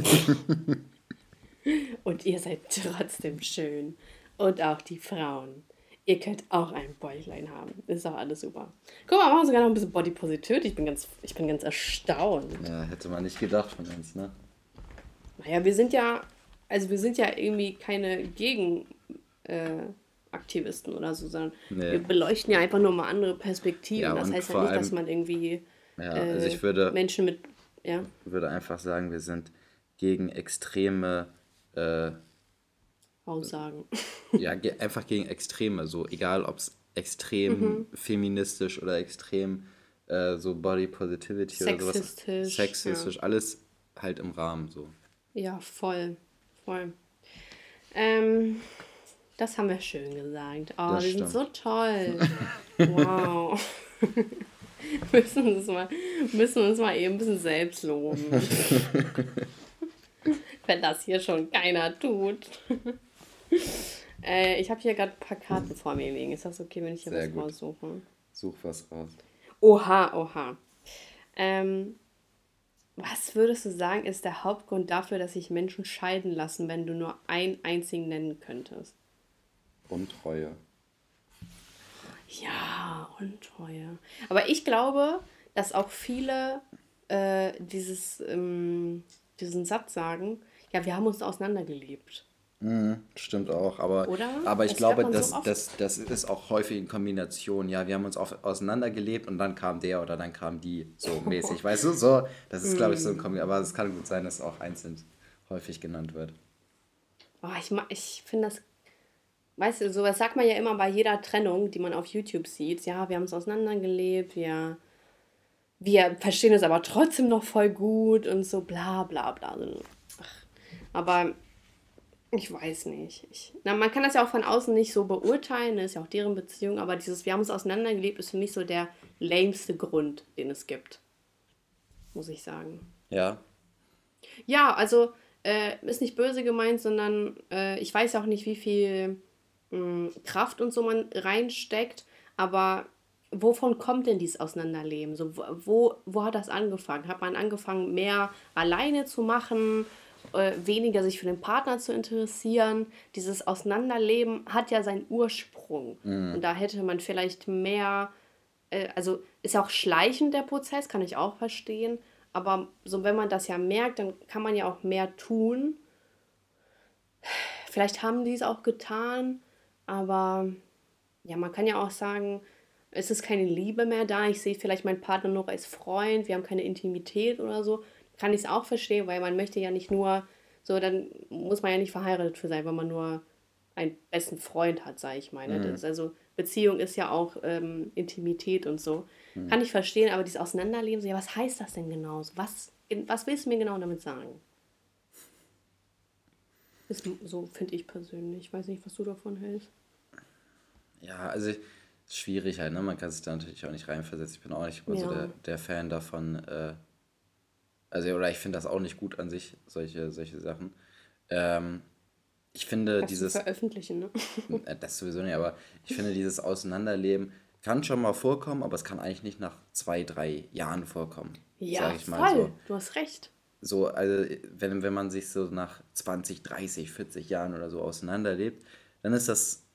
A: Und ihr seid trotzdem schön. Und auch die Frauen. Ihr könnt auch ein Bäuchlein haben. Ist doch alles super. Guck mal, wir machen sogar noch ein bisschen Body Positivity. Ich bin ganz, ich bin ganz erstaunt.
B: ja, hätte man nicht gedacht von uns, ne?
A: Naja, wir sind ja, also wir sind ja irgendwie keine Gegen, äh, Aktivisten oder so, sondern wir
B: Nee.
A: beleuchten ja einfach nur mal andere
B: Ja,
A: Perspektiven. Das
B: und
A: heißt ja
B: vor
A: nicht, dass
B: allem,
A: man irgendwie
B: ja, also
A: äh,
B: ich würde,
A: Menschen mit, ja,
B: würde einfach sagen, wir sind gegen extreme, äh,
A: Aussagen.
B: ja, ge einfach gegen Extreme, so egal ob es extrem
A: Mhm.
B: feministisch oder extrem äh, so Body Positivity oder sowas,
A: Sexistisch, ja.
B: sexistisch, alles halt im Rahmen so.
A: Ja, voll. Voll. Ähm, das haben wir schön gesagt. Oh,
B: Das
A: wir sind so
B: stimmt.
A: toll. Wow. müssen uns mal, müssen uns mal eben ein bisschen selbst loben. Wenn das hier schon keiner tut. Äh, ich habe hier gerade ein paar Karten vor mir liegen. Ist das okay, wenn ich hier
B: Sehr
A: was
B: gut.
A: raussuche?
B: Such was raus.
A: Oha, oha. Ähm, was würdest du sagen, ist der Hauptgrund dafür, dass sich Menschen scheiden lassen, wenn du nur einen einzigen nennen könntest?
B: Untreue.
A: Ja, Untreue. Aber ich glaube, dass auch viele äh, dieses, ähm, diesen Satz sagen, ja, wir haben uns auseinandergelebt.
B: Mhm, stimmt auch, aber,
A: Oder?
B: aber ich
A: Das hört
B: glaube,
A: man so
B: dass,
A: oft.
B: dass, das ist auch häufig in Kombination. Ja, wir haben uns auf, auseinandergelebt und dann kam der oder dann kam die so mäßig. Weißt du, so, das ist, glaube ich, so ein Kombination. Aber es kann gut sein, dass es auch einzeln häufig genannt wird.
A: Oh, ich ma- ich finde das, weißt du, sowas sagt man ja immer bei jeder Trennung, die man auf YouTube sieht. Ja, wir haben uns auseinandergelebt, wir, wir verstehen uns aber trotzdem noch voll gut und so bla bla bla. Aber ich weiß nicht. Ich, na, man kann das ja auch von außen nicht so beurteilen, ne, ist ja auch deren Beziehung, aber dieses wir haben uns auseinandergelebt ist für mich so der lameste Grund, den es gibt, muss ich sagen.
B: Ja,
A: Ja, also äh, ist nicht böse gemeint, sondern äh, ich weiß auch nicht, wie viel mh, Kraft und so man reinsteckt, aber wovon kommt denn dieses Auseinanderleben? So, wo, wo wo hat das angefangen? Hat man angefangen, mehr alleine zu machen, äh, weniger sich für den Partner zu interessieren? Dieses Auseinanderleben hat ja seinen Ursprung. Und da hätte man vielleicht mehr äh, also ist ja auch schleichend der Prozess, kann ich auch verstehen. Aber so, wenn man das ja merkt, dann kann man ja auch mehr tun. Vielleicht haben die es auch getan, aber ja, man kann ja auch sagen, es ist keine Liebe mehr da. Ich sehe vielleicht meinen Partner noch als Freund, wir haben keine Intimität oder so. Kann ich es auch verstehen, weil man möchte ja nicht nur, so, dann muss man ja nicht verheiratet für sein, wenn man nur einen besten Freund hat, sage ich mal. Ne? Das, also Beziehung ist ja auch ähm, Intimität und so. Kann ich verstehen, aber dieses Auseinanderleben, so, ja, was heißt das denn genau? So, Was, was willst du mir genau damit sagen? Ist so, finde ich persönlich. Ich weiß nicht, was du davon hältst.
B: ja, also ist schwierig halt, ne? Man kann sich da natürlich auch nicht reinversetzen. Ich bin auch nicht immer so der,
A: Ja.
B: der Fan davon. Äh, also, oder ich finde das auch nicht gut an sich, solche, solche Sachen. Ähm, ich finde
A: Das zu
B: dieses,
A: veröffentlichen, ne?
B: äh, das sowieso nicht, aber ich finde dieses Auseinanderleben kann schon mal vorkommen, aber es kann eigentlich nicht nach zwei, drei Jahren vorkommen,
A: Ja,
B: sage ich mal
A: voll.
B: so.
A: Du hast recht.
B: So, also wenn, wenn man sich so nach zwanzig, dreißig, vierzig Jahren oder so auseinanderlebt, dann ist das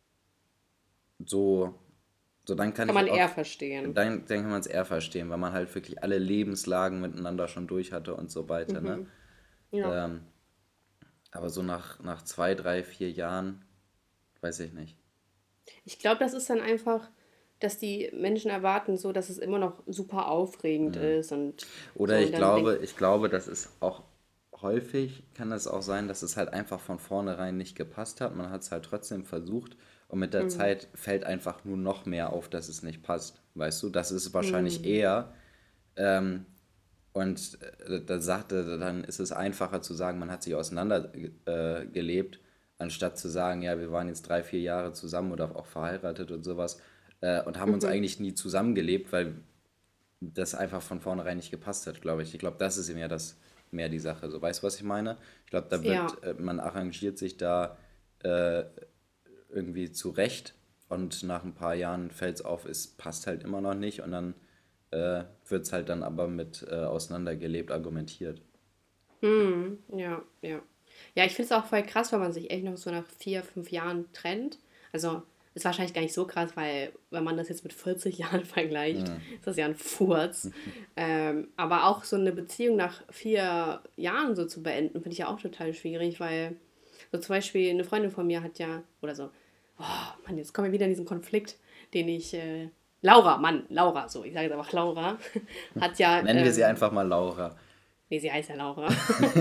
B: so, so dann kann
A: Kann
B: ich
A: man
B: auch,
A: eher verstehen.
B: dann, dann kann man es eher verstehen, weil man halt wirklich alle Lebenslagen miteinander schon durch hatte und so weiter, ne?
A: Mhm. Ja.
B: Ähm, aber so nach, nach zwei, drei, vier Jahren, weiß ich nicht.
A: Ich glaube, das ist dann einfach, dass die Menschen erwarten, so, dass es immer noch super aufregend ist und
B: Oder
A: so. Und
B: ich
A: dann denkt,
B: glaube, ich glaube, das ist auch häufig, kann es auch sein, dass es halt einfach von vornherein nicht gepasst hat. Man hat es halt trotzdem versucht und mit der
A: mhm.
B: Zeit fällt einfach nur noch mehr auf, dass es nicht passt. Weißt du, das ist wahrscheinlich
A: Mhm.
B: eher. Ähm, und äh, da sagte, dann ist es einfacher zu sagen, man hat sich auseinander äh, gelebt, anstatt zu sagen, ja, wir waren jetzt drei, vier Jahre zusammen oder auch verheiratet und sowas äh, und haben uns
A: Mhm.
B: eigentlich nie zusammengelebt, weil das einfach von vornherein nicht gepasst hat, glaube ich. Ich glaube, das ist mehr das, mehr die Sache. So, weißt du, was ich meine? Ich glaube, da
A: Ja.
B: wird, äh, man arrangiert sich da äh, irgendwie zurecht und nach ein paar Jahren fällt es auf, es passt halt immer noch nicht und dann äh, wird es halt dann aber mit äh, auseinandergelebt argumentiert.
A: Mhm. Ja, ja. Ja, ich finde es auch voll krass, wenn man sich echt noch so nach vier, fünf Jahren trennt. Also ist wahrscheinlich gar nicht so krass, weil wenn man das jetzt mit vierzig Jahren vergleicht, ist das ja ein Furz. Ähm, aber auch so eine Beziehung nach vier Jahren so zu beenden, finde ich ja auch total schwierig, weil so zum Beispiel eine Freundin von mir hat ja, oder so, oh Mann, jetzt kommen wir wieder in diesen Konflikt, den ich, äh, Laura, Mann, Laura, so, ich sage jetzt einfach Laura, hat ja,
B: Nennen wir sie
A: ähm,
B: einfach mal Laura.
A: nee, sie heißt ja Laura,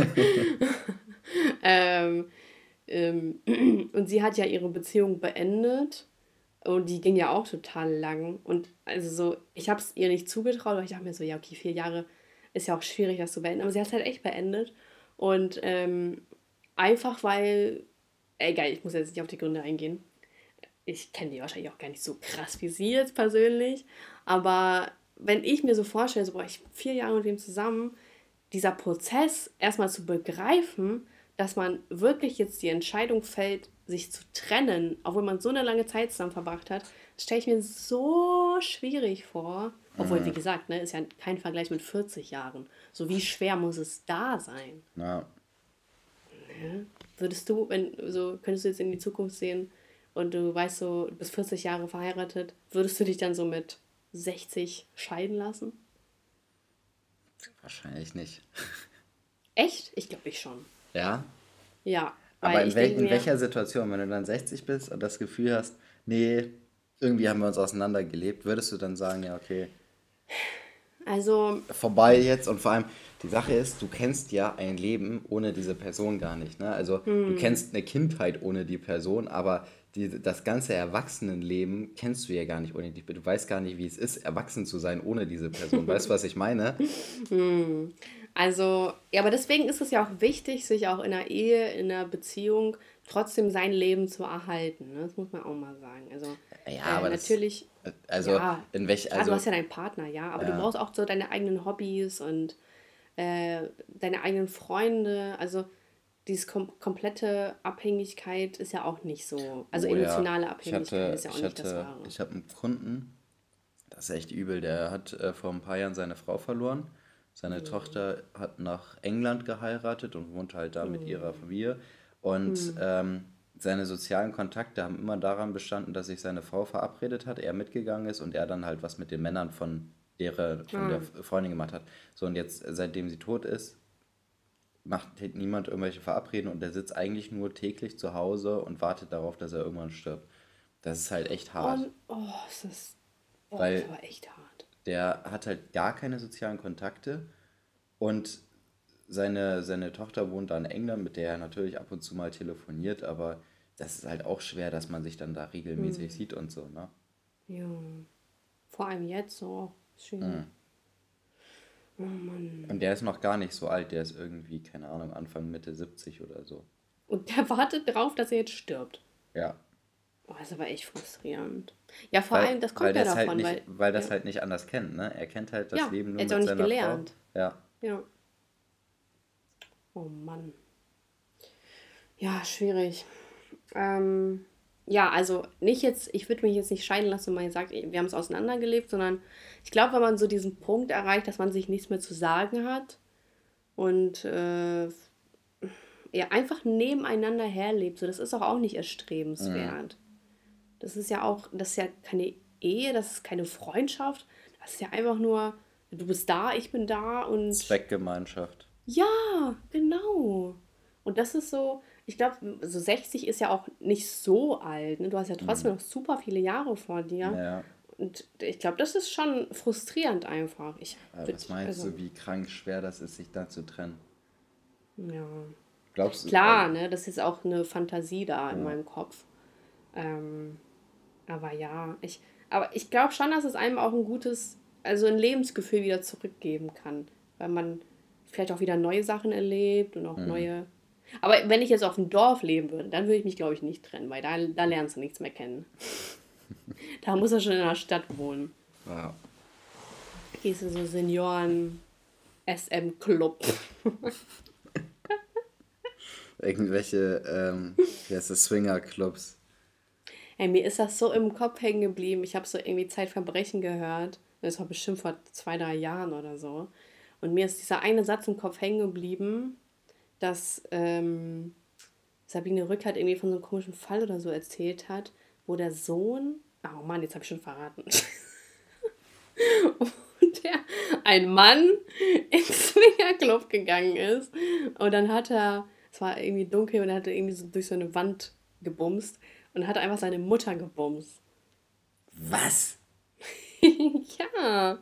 A: ähm, ähm, und sie hat ja ihre Beziehung beendet und die ging ja auch total lang. Und also so, ich habe es ihr nicht zugetraut, aber ich dachte mir so, ja, okay, vier Jahre ist ja auch schwierig, das zu beenden. Aber sie hat es halt echt beendet. Und ähm, einfach weil, egal, ich muss jetzt nicht auf die Gründe eingehen. Ich kenne die wahrscheinlich auch gar nicht so krass wie sie jetzt persönlich. Aber wenn ich mir so vorstelle, so, boah, ich bin vier Jahre mit dem zusammen, dieser Prozess erstmal zu begreifen, dass man wirklich jetzt die Entscheidung fällt, sich zu trennen, obwohl man so eine lange Zeit zusammen verbracht hat, stelle ich mir so schwierig vor. Obwohl, wie gesagt, ne, ist ja kein Vergleich mit vierzig Jahren. So wie schwer muss es da sein?
B: Ja.
A: Ne? Würdest du, wenn, so, könntest du jetzt in die Zukunft sehen und du weißt so, du bist vierzig Jahre verheiratet, würdest du dich dann so mit sechzig scheiden lassen?
B: Wahrscheinlich nicht.
A: Echt? Ich glaube ich schon.
B: Ja?
A: Ja,
B: Aber
A: weil
B: in,
A: ich
B: wel
A: denke
B: in
A: mir,
B: welcher Situation, wenn du dann sechzig bist und das Gefühl hast, nee, irgendwie haben wir uns auseinandergelebt, würdest du dann sagen, ja, okay,
A: also,
B: vorbei jetzt? Und vor allem, die Sache ist, du kennst ja ein Leben ohne diese Person gar nicht. Ne? Also du
A: hm,
B: kennst eine Kindheit ohne die Person, aber die, das ganze Erwachsenenleben kennst du ja gar nicht ohne die Person. Du weißt gar nicht, wie es ist, erwachsen zu sein ohne diese Person. Weißt du, was ich meine?
A: hm, also, ja, aber deswegen ist es ja auch wichtig, sich auch in einer Ehe, in einer Beziehung trotzdem sein Leben zu erhalten. Ne? Das muss man auch mal sagen. Also,
B: Ja,
A: äh,
B: aber das,
A: natürlich,
B: also
A: ja,
B: in welch,
A: klar, du
B: also,
A: hast ja deinen Partner, ja, aber du
B: ja,
A: brauchst auch so deine eigenen Hobbys und äh, deine eigenen Freunde. Also, diese kom komplette Abhängigkeit ist ja auch nicht so. Also,
B: oh ja,
A: emotionale
B: ich
A: Abhängigkeit
B: hatte,
A: ist ja auch
B: ich
A: nicht das
B: hatte,
A: Wahre.
B: ich habe einen Kunden, das ist echt übel, der hat äh, vor ein paar Jahren seine Frau verloren. Seine
A: Hm,
B: Tochter hat nach England geheiratet und wohnt halt da mit ihrer
A: hm,
B: Familie. Und
A: hm,
B: ähm, seine sozialen Kontakte haben immer daran bestanden, dass sich seine Frau verabredet hat, er mitgegangen ist und er dann halt was mit den Männern von der, von der
A: ah.
B: Freundin gemacht hat. So, und jetzt, seitdem sie tot ist, macht halt niemand irgendwelche Verabredungen und der sitzt eigentlich nur täglich zu Hause und wartet darauf, dass er irgendwann stirbt. Das ist halt echt hart,
A: Und, oh, ist das, oh, das ist
B: weil
A: aber echt hart.
B: der hat halt gar keine sozialen Kontakte und seine, seine Tochter wohnt da in England, mit der er natürlich ab und zu mal telefoniert, aber das ist halt auch schwer, dass man sich dann da regelmäßig
A: Hm,
B: sieht und so, ne?
A: ja. Vor allem jetzt so. Ist schwierig.
B: Mhm.
A: Oh
B: Und
A: Mann.
B: der ist noch gar nicht so alt, der ist irgendwie, keine Ahnung, Anfang, Mitte siebzig oder so.
A: Und der wartet drauf, dass er jetzt stirbt.
B: Ja,
A: Oh, ist aber echt frustrierend. Ja, vor
B: weil,
A: allem, das
B: weil
A: kommt ja
B: das halt
A: davon,
B: nicht,
A: weil,
B: weil das
A: ja,
B: halt nicht anders kennt, ne? Er kennt halt das
A: ja,
B: Leben nur
A: er hat auch
B: mit
A: nicht
B: seiner Frau.
A: gelernt.
B: Ja.
A: Ja. Oh Mann. Ja, schwierig. Ähm, ja, also nicht jetzt, ich würde mich jetzt nicht scheiden lassen, wenn man jetzt sagt, ey, wir haben es auseinandergelebt, sondern ich glaube, wenn man so diesen Punkt erreicht, dass man sich nichts mehr zu sagen hat und äh, ja, einfach nebeneinander herlebt, so, das ist doch auch nicht
B: Mhm.
A: erstrebenswert. Das ist ja auch, das ist ja keine Ehe, das ist keine Freundschaft. Das ist ja einfach nur, du bist da, ich bin da und
B: Zweckgemeinschaft.
A: ja, genau. Und das ist so, ich glaube, so sechzig ist ja auch nicht so alt. Ne? Du hast ja trotzdem
B: Mhm.
A: noch super viele Jahre vor dir.
B: Ja.
A: Und ich glaube, das ist schon frustrierend einfach. Ich
B: Aber
A: würde,
B: was meinst
A: also,
B: du, wie krank schwer das ist, sich da zu trennen?
A: ja.
B: Glaubst du, also,
A: Klar, ne, das ist auch eine Fantasie da in
B: ja.
A: meinem Kopf. Ähm, aber ja, ich, aber ich glaube schon, dass es einem auch ein gutes, also ein Lebensgefühl wieder zurückgeben kann, weil man vielleicht auch wieder neue Sachen erlebt und auch
B: Mhm.
A: neue. Aber wenn ich jetzt auf dem Dorf leben würde, dann würde ich mich, glaube ich, nicht trennen, weil da, da lernst du nichts mehr kennen. Da muss er schon in der Stadt wohnen.
B: Ja.
A: Gehst du so Senioren S M-Club.
B: Irgendwelche, ähm, wie heißt das, Swinger-Clubs.
A: Ey, mir ist das so im Kopf hängen geblieben. Ich habe so irgendwie Zeitverbrechen gehört. Das war bestimmt vor zwei, drei Jahren oder so. Und mir ist dieser eine Satz im Kopf hängen geblieben, dass ähm, Sabine Rückert irgendwie von so einem komischen Fall oder so erzählt hat, wo der Sohn, oh Mann, jetzt habe ich schon verraten, und der ein Mann ins Swingerclub gegangen ist und dann hat er, es war irgendwie dunkel und er hat irgendwie so durch so eine Wand gebumst und hat einfach seine Mutter gebumst.
B: Was?
A: Ja,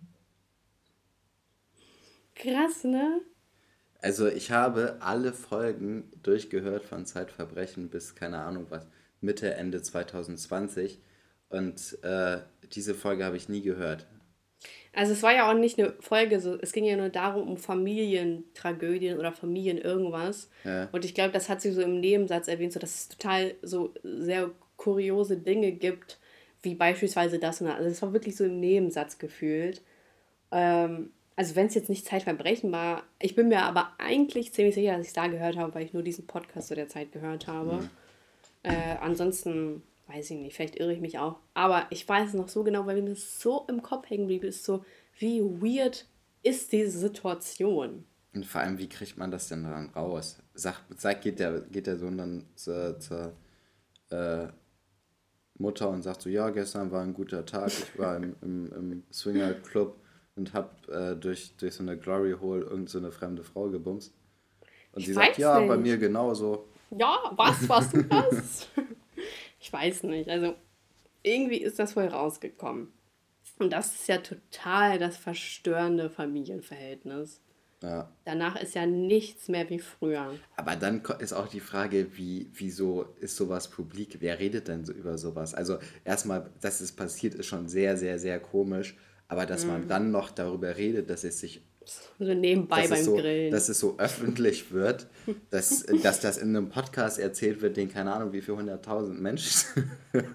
A: krass, ne?
B: Also ich habe alle Folgen durchgehört von Zeitverbrechen bis, keine Ahnung was, Mitte, Ende zwanzig zwanzig. Und äh, diese Folge habe ich nie gehört.
A: Also es war ja auch nicht eine Folge, so, es ging ja nur darum, um Familientragödien oder Familien irgendwas.
B: Ja.
A: Und ich glaube, das hat sie so im Nebensatz erwähnt, so dass es total so sehr kuriose Dinge gibt, wie beispielsweise das und das. Also es war wirklich so im Nebensatz gefühlt. Ähm, also wenn es jetzt nicht Zeitverbrechen war, ich bin mir aber eigentlich ziemlich sicher, dass ich es da gehört habe, weil ich nur diesen Podcast zu der Zeit gehört habe.
B: Hm.
A: Äh, ansonsten weiß ich nicht, vielleicht irre ich mich auch. Aber ich weiß es noch so genau, weil mir das so im Kopf hängen blieb, ist so, wie weird ist diese Situation?
B: Und vor allem, wie kriegt man das denn dann raus? Sag, sag geht, der, geht der Sohn dann zur, zur äh, Mutter und sagt so, ja, gestern war ein guter Tag, ich war im, im, im Swinger-Club und hab äh, durch, durch so eine Glory Hole irgend so eine fremde Frau gebumst. Und sie
A: Ich
B: sagt,
A: weiß
B: ja, bei mir
A: nicht.
B: genauso.
A: Ja, was? Warst du das? Ich weiß nicht. Also irgendwie ist das wohl rausgekommen. Und das ist ja total das verstörende Familienverhältnis.
B: Ja.
A: Danach ist ja nichts mehr wie früher.
B: Aber dann ko- ist auch die Frage, wie, wieso ist sowas publik? Wer redet denn so über sowas? Also erstmal, dass es passiert, ist schon sehr, sehr, sehr komisch. Aber dass man dann noch darüber redet, dass es sich,
A: So nebenbei
B: dass es
A: beim
B: so,
A: Grillen.
B: dass es so öffentlich wird, dass, dass das in einem Podcast erzählt wird, den keine Ahnung, wie viele hunderttausend Menschen.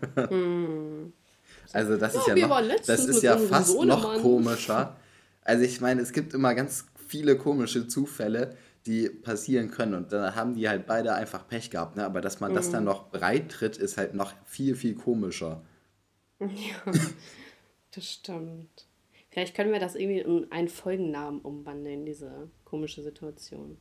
B: Also das
A: Ja,
B: ist ja
A: wir
B: noch,
A: waren
B: das
A: letztens
B: ist
A: mit
B: ja
A: unserem
B: fast noch
A: Sohnemann.
B: komischer. Also ich meine, es gibt immer ganz viele komische Zufälle, die passieren können und dann haben die halt beide einfach Pech gehabt, ne? Aber dass man das dann noch breit tritt, ist halt noch viel, viel komischer.
A: Ja, das stimmt. Vielleicht können wir das irgendwie in einen Folgennamen umwandeln, diese komische Situation.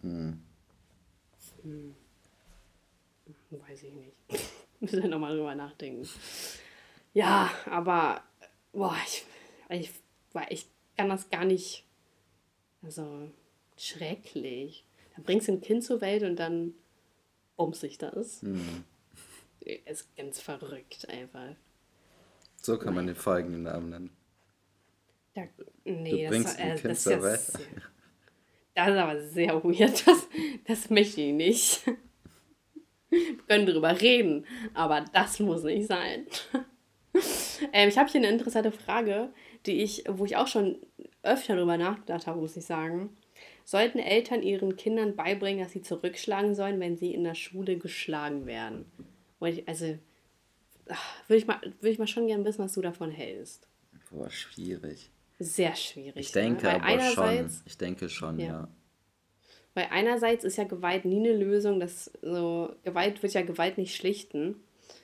A: Weiß ich nicht. Müssen wir nochmal drüber nachdenken. Ja, aber boah, ich, ich, ich kann das gar nicht. Also, schrecklich. Da bringst du ein Kind zur Welt und dann bumst sich das. Ist ganz verrückt einfach.
B: So kann man
A: Naja.
B: den folgenden Namen nennen.
A: Da,
B: Du
A: nee, das,
B: bringst ein
A: äh,
B: Kind
A: das ist ja
B: zur Welt.
A: sehr, das ist aber sehr weird. Das, das möchte ich nicht. Wir können drüber reden, aber das muss nicht sein. Ähm, ich habe hier eine interessante Frage, die ich, wo ich auch schon öfter drüber nachgedacht habe, muss ich sagen. Sollten Eltern ihren Kindern beibringen, dass sie zurückschlagen sollen, wenn sie in der Schule geschlagen werden? Und ich, also, ach, würde ich mal, würde ich mal schon gerne wissen, was du davon hältst.
B: Boah, schwierig.
A: Sehr
B: Ich
A: schwierig, ne?
B: denke
A: Weil
B: aber schon.
A: einerseits,
B: Ich denke schon,
A: ja,
B: ja.
A: weil einerseits ist ja Gewalt nie eine Lösung, das so, Gewalt wird ja Gewalt nicht schlichten.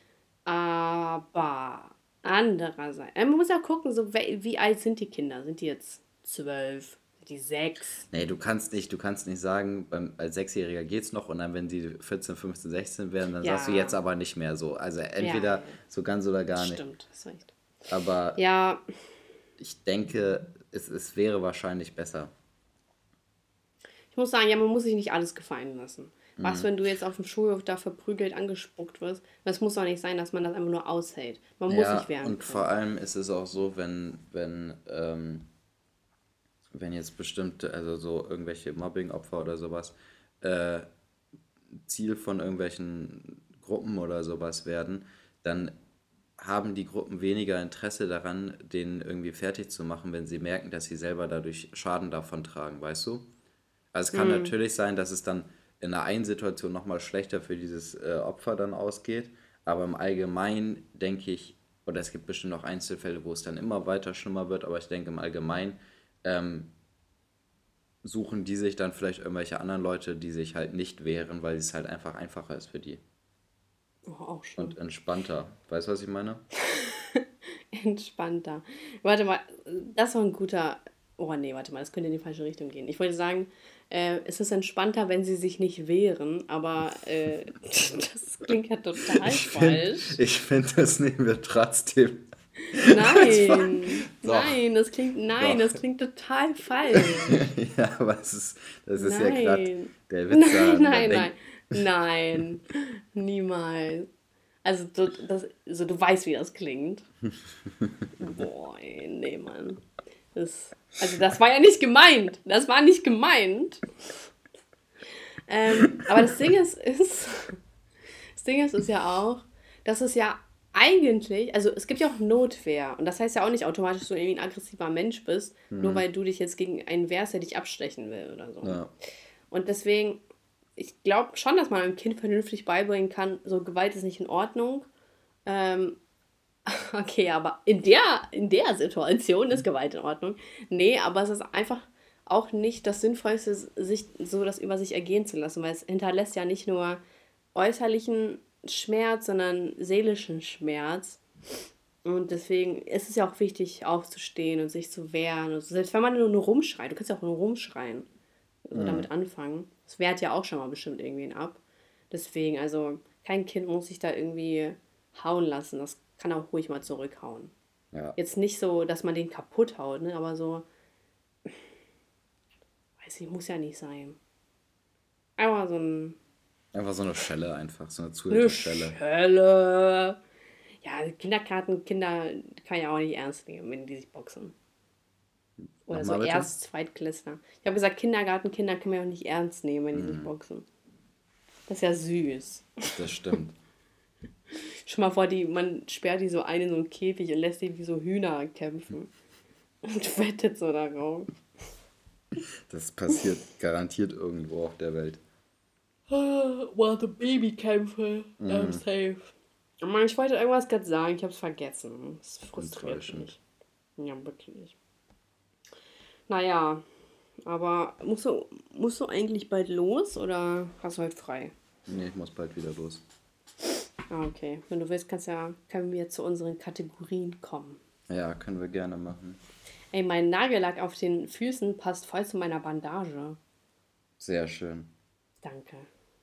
A: Aber andererseits, äh, man muss ja gucken, so, we- wie alt sind die Kinder? Sind die jetzt zwölf? Sind die sechs?
B: Nee, du kannst nicht, du kannst nicht sagen, beim, als Sechsjähriger geht's noch und dann, wenn sie vierzehn, fünfzehn, sechzehn werden, dann sagst du jetzt
A: Ja,
B: aber nicht mehr so. Also
A: ja, ja,
B: entweder
A: ja.
B: so ganz oder gar nicht.
A: Stimmt, hast recht.
B: Aber
A: Ja,
B: ich denke, es, es wäre wahrscheinlich besser.
A: ich muss sagen, ja, man muss sich nicht alles gefallen lassen. Was, wenn du jetzt auf dem Schulhof da verprügelt angespuckt wirst? Das muss doch nicht sein, dass man das einfach nur aushält. Man muss sich
B: Ja,
A: wehren
B: und vor
A: können.
B: allem ist es auch so, wenn, wenn, ähm, wenn jetzt bestimmte, also so irgendwelche Mobbing-Opfer oder sowas, äh, Ziel von irgendwelchen Gruppen oder sowas werden, dann haben die Gruppen weniger Interesse daran, den irgendwie fertig zu machen, wenn sie merken, dass sie selber dadurch Schaden davon tragen, weißt du? Also es kann natürlich sein, dass es dann in einer einen Situation nochmal schlechter für dieses äh, Opfer dann ausgeht, aber im Allgemeinen denke ich, oder es gibt bestimmt auch Einzelfälle, wo es dann immer weiter schlimmer wird, aber ich denke im Allgemeinen ähm, suchen die sich dann vielleicht irgendwelche anderen Leute, die sich halt nicht wehren, weil es halt einfach einfacher ist für die
A: Oh, auch
B: und
A: schlimm.
B: entspannter. Weißt du, was ich meine?
A: Entspannter. Warte mal, das war ein guter. Oh nee, warte mal, das könnte in die falsche Richtung gehen. Ich wollte sagen, äh, es ist entspannter, wenn sie sich nicht wehren, aber äh, das klingt ja total
B: Ich finde,
A: falsch.
B: ich find, das nehmen wir trotzdem. als Fakt.
A: Nein,
B: Doch,
A: nein, das klingt, nein,
B: doch.
A: das klingt total falsch.
B: Ja, aber es ist, das ist ja gerade
A: Nein,
B: der Witz
A: nein,
B: daran. Man
A: nein, nein,
B: denkt,
A: nein, niemals. Also du, das, also du weißt, wie das klingt. Boah, ey, nee, Mann. Das, also das war ja nicht gemeint. Das war nicht gemeint. Ähm, aber das Ding ist, ist, das Ding ist, ist ja auch, dass es ja eigentlich, also es gibt ja auch Notwehr. Und das heißt ja auch nicht automatisch, dass du irgendwie ein aggressiver Mensch bist, nur weil du dich jetzt gegen einen wehrst, der dich abstechen will oder so.
B: ja,
A: Und deswegen, ich glaube schon, dass man einem Kind vernünftig beibringen kann, so Gewalt ist nicht in Ordnung. Ähm, okay, aber in der, in der Situation ist Gewalt in Ordnung. Nee, aber es ist einfach auch nicht das Sinnvollste, sich so das über sich ergehen zu lassen, weil es hinterlässt ja nicht nur äußerlichen Schmerz, sondern seelischen Schmerz. Und deswegen ist es ja auch wichtig, aufzustehen und sich zu wehren. Also selbst wenn man nur, nur rumschreit, du kannst ja auch nur rumschreien, so damit anfangen. Das wehrt ja auch schon mal bestimmt irgendwen ab. Deswegen, also kein Kind muss sich da irgendwie hauen lassen. Das kann auch ruhig mal zurückhauen.
B: Ja.
A: Jetzt nicht so, dass man den kaputt haut, ne? Aber so, weiß ich, muss ja nicht sein. Einfach so ein,
B: Einfach so eine Schelle einfach, so eine
A: eine
B: zuhältige Schelle.
A: Schelle. Ja, Kindergarten, Kinder kann ja auch nicht ernst nehmen, wenn die sich boxen. Oder so
B: Nochmal bitte?
A: Erst-, Zweitklässler. Ich habe gesagt, Kindergartenkinder kann man ja auch nicht ernst nehmen, wenn die
B: Mhm.
A: sich boxen. Das ist ja süß.
B: Das stimmt.
A: Schon mal vor, die, man sperrt die so ein in so einen Käfig und lässt die wie so Hühner kämpfen. Und wettet so darauf.
B: Das passiert garantiert irgendwo auf der Welt.
A: Warte, Babykämpfe. I'm safe. Mann, ich wollte irgendwas gerade sagen, ich hab's vergessen. Das frustriert
B: Enttäuschend.
A: mich. Ja, wirklich. Naja, aber musst du, musst du eigentlich bald los oder hast du heute frei?
B: Nee, ich muss bald wieder los.
A: Ah, okay. Wenn du willst, kannst ja, können wir zu unseren Kategorien kommen.
B: Ja, können wir gerne machen.
A: Ey, mein Nagellack auf den Füßen passt voll zu meiner Bandage.
B: Sehr schön.
A: Danke.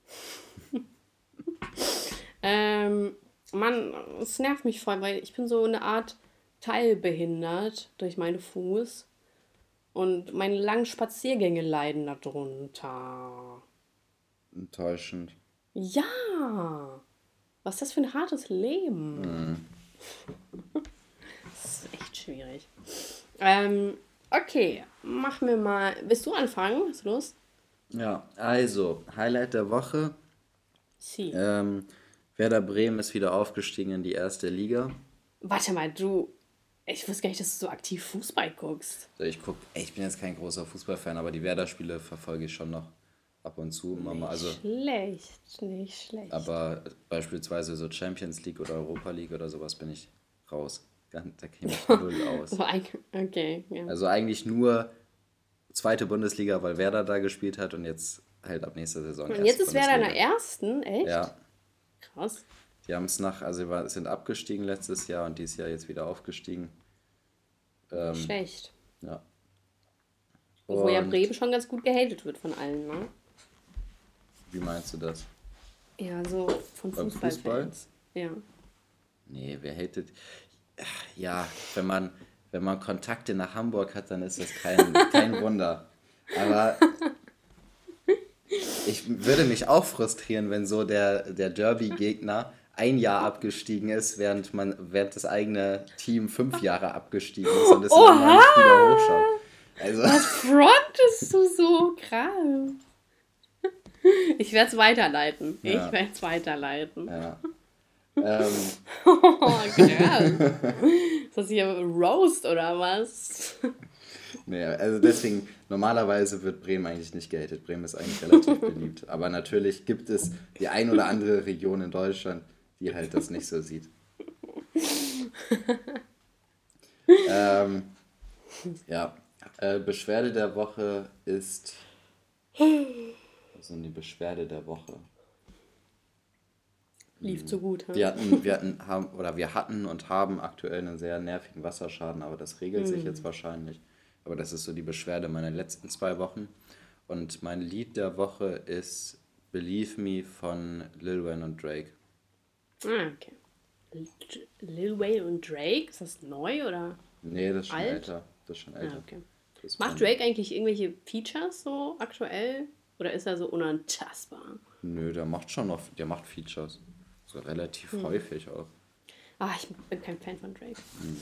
A: ähm, Mann, es nervt mich voll, weil ich bin so eine Art teilbehindert durch meinen Fuß. Und meine langen Spaziergänge leiden darunter.
B: Enttäuschend.
A: Ja! Was ist das für ein hartes Leben? Das ist echt schwierig. Ähm, okay, machen wir mal. Willst du anfangen? Hast du Lust?
B: Ja, also, Highlight der Woche.
A: Sie.
B: Ähm, Werder Bremen ist wieder aufgestiegen in die erste Liga.
A: Warte mal, du. Ich wusste gar nicht, dass du so aktiv Fußball guckst.
B: Also ich guck, ich bin jetzt kein großer Fußballfan, aber die Werder-Spiele verfolge ich schon noch ab und zu. Mama, also,
A: Schlecht, nicht schlecht.
B: aber beispielsweise so Champions League oder Europa League oder sowas bin ich raus. Ganz- Da käme ich null aus.
A: Aber eig- okay, ja.
B: Also eigentlich nur zweite Bundesliga, weil Werder da gespielt hat und jetzt halt ab nächster Saison
A: Und jetzt ist Werder in der
B: Bundesliga.
A: ersten, echt?
B: Ja,
A: Krass.
B: die haben es nach, also sie war- sind abgestiegen letztes Jahr und dieses Jahr jetzt wieder aufgestiegen. Ähm,
A: Schlecht.
B: ja.
A: Wo ja
B: Und
A: Bremen schon ganz gut gehatet wird von allen, ne?
B: wie meinst du das?
A: Ja, so von
B: Beim Fußball?
A: Fußballfans. Ja.
B: Nee, wer hatet? Ja, wenn man, wenn man Kontakte nach Hamburg hat, dann ist das kein, kein Wunder. Aber ich würde mich auch frustrieren, wenn so der, der Derby-Gegner ein Jahr abgestiegen ist, während man während das eigene Team fünf Jahre abgestiegen ist und es nochmal nicht wieder hochschaut. Also,
A: Was frontest du so krass? Ich werde es weiterleiten.
B: Ja.
A: Ich werde es weiterleiten.
B: ja. Ähm,
A: Oh, krass. Ist das hier Roast oder was?
B: nee, also deswegen, normalerweise wird Bremen eigentlich nicht gehatet. Bremen ist eigentlich relativ beliebt. Aber natürlich gibt es die ein oder andere Region in Deutschland, die halt das nicht so sieht. ähm, ja, äh, Beschwerde der Woche ist. Was ist denn die Beschwerde der Woche?
A: Lief zu gut,
B: Wir
A: ha?
B: hatten, wir hatten, haben, oder wir hatten und haben aktuell einen sehr nervigen Wasserschaden, aber das regelt sich jetzt wahrscheinlich. Aber das ist so die Beschwerde meiner letzten zwei Wochen. Und mein Lied der Woche ist Believe Me von Lil Wayne und Drake.
A: Ah, okay. L- Lil Wayne und Drake, ist das neu oder?
B: Nee, das ist schon
A: Alt?
B: älter. Das ist schon älter.
A: Ah, okay.
B: Das ist
A: Macht
B: von-
A: Drake eigentlich irgendwelche Features so aktuell? Oder ist er so unantastbar?
B: Nö, der macht schon noch, der macht Features. So relativ häufig auch.
A: Ah, ich bin kein Fan von Drake.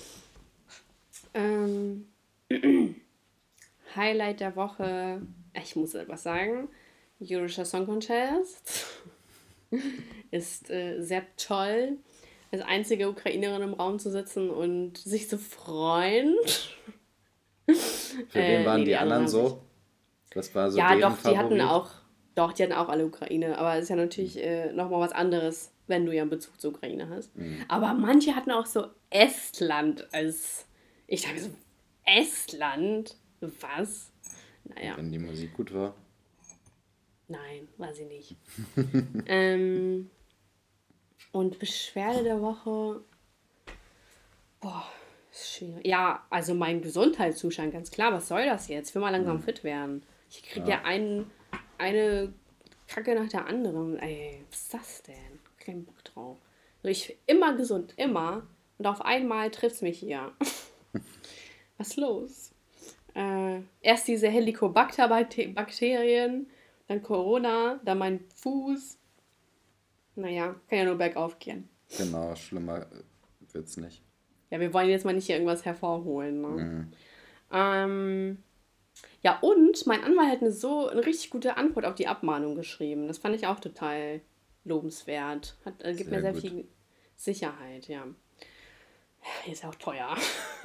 A: Ähm, Highlight der Woche. Ich muss etwas sagen. Eurovision Song Contest ist äh, sehr toll, als einzige Ukrainerin im Raum zu sitzen und sich zu freuen.
B: Für wen
A: Äh,
B: waren
A: nee,
B: die,
A: die
B: anderen
A: anderen
B: so? Was war so
A: Ja,
B: deren
A: doch, die hatten
B: Favorit?
A: auch, doch, die hatten auch alle Ukraine, aber es ist ja natürlich äh, nochmal was anderes, wenn du ja einen Bezug zur Ukraine hast.
B: Mhm.
A: Aber manche hatten auch so Estland als, ich dachte so, Estland? Was? Naja,
B: Wenn die Musik gut war.
A: nein, war sie nicht. ähm, und Beschwerde der Woche, boah, ist schwierig. Ja, also mein Gesundheitszustand, ganz klar, was soll das jetzt? Ich will mal langsam fit werden. Ich krieg ja, einen, eine Kacke nach der anderen. Ey, was ist das denn? Kein Bock drauf. Also ich immer gesund, immer. und auf einmal trifft es mich hier. Was ist los? Äh, erst diese Helicobacter-Bakterien, dann Corona, dann mein Fuß. Naja, kann ja nur bergauf gehen.
B: Genau, schlimmer wird's nicht.
A: Ja, wir wollen jetzt mal nicht hier irgendwas hervorholen. Ne?
B: Mhm.
A: Ähm, ja, und mein Anwalt hat eine so eine richtig gute Antwort auf die Abmahnung geschrieben. Das fand ich auch total lobenswert. Hat, äh, gibt
B: Sehr
A: mir sehr
B: gut.
A: viel Sicherheit, ja. Ist ja auch teuer.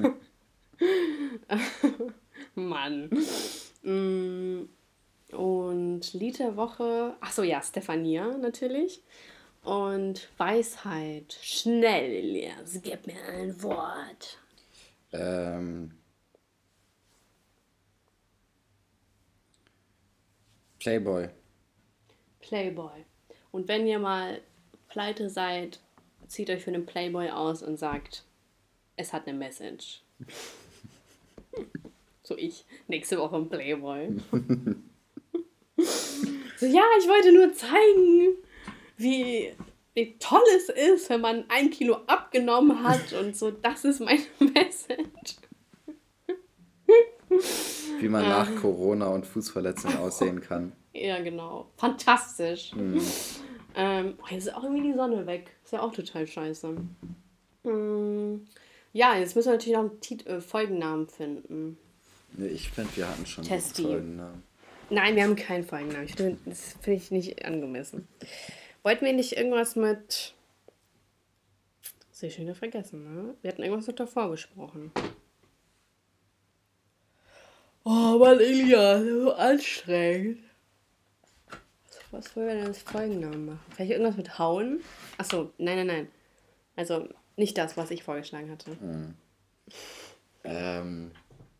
A: Mann. Mm, Und Lied der Woche. Achso, ja, Stefania natürlich. Und Weisheit. Schnell, Elias, gib mir ein Wort.
B: Ähm, Playboy.
A: Playboy. Und wenn ihr mal pleite seid, zieht euch für einen Playboy aus und sagt, es hat eine Message. So ich, nächste Woche im Playboy. So, ja, ich wollte nur zeigen, wie, wie toll es ist, wenn man ein Kilo abgenommen hat und so, das ist meine Message.
B: Wie man nach Corona und Fußverletzungen aussehen kann.
A: Ja, genau. Fantastisch. Ähm, oh, jetzt ist auch irgendwie die Sonne weg. Ist ja auch total scheiße. Mm, ja, jetzt müssen wir natürlich noch einen Tit äh, Folgennamen finden.
B: Nee, ich finde, wir hatten schon
A: Testi.
B: Folgennamen.
A: Nein, wir haben keinen Folgennamen. Ich find, das finde ich nicht angemessen. Wollten wir nicht irgendwas mit... Das habe ich schon wieder vergessen, ne? Wir hatten irgendwas noch davor besprochen. Oh Mann, Elia, so anstrengend. Was wollen wir denn als Folgennamen machen? Vielleicht irgendwas mit Hauen? Achso, nein, nein, nein. Also nicht das, was ich vorgeschlagen hatte.
B: Mhm. Ähm,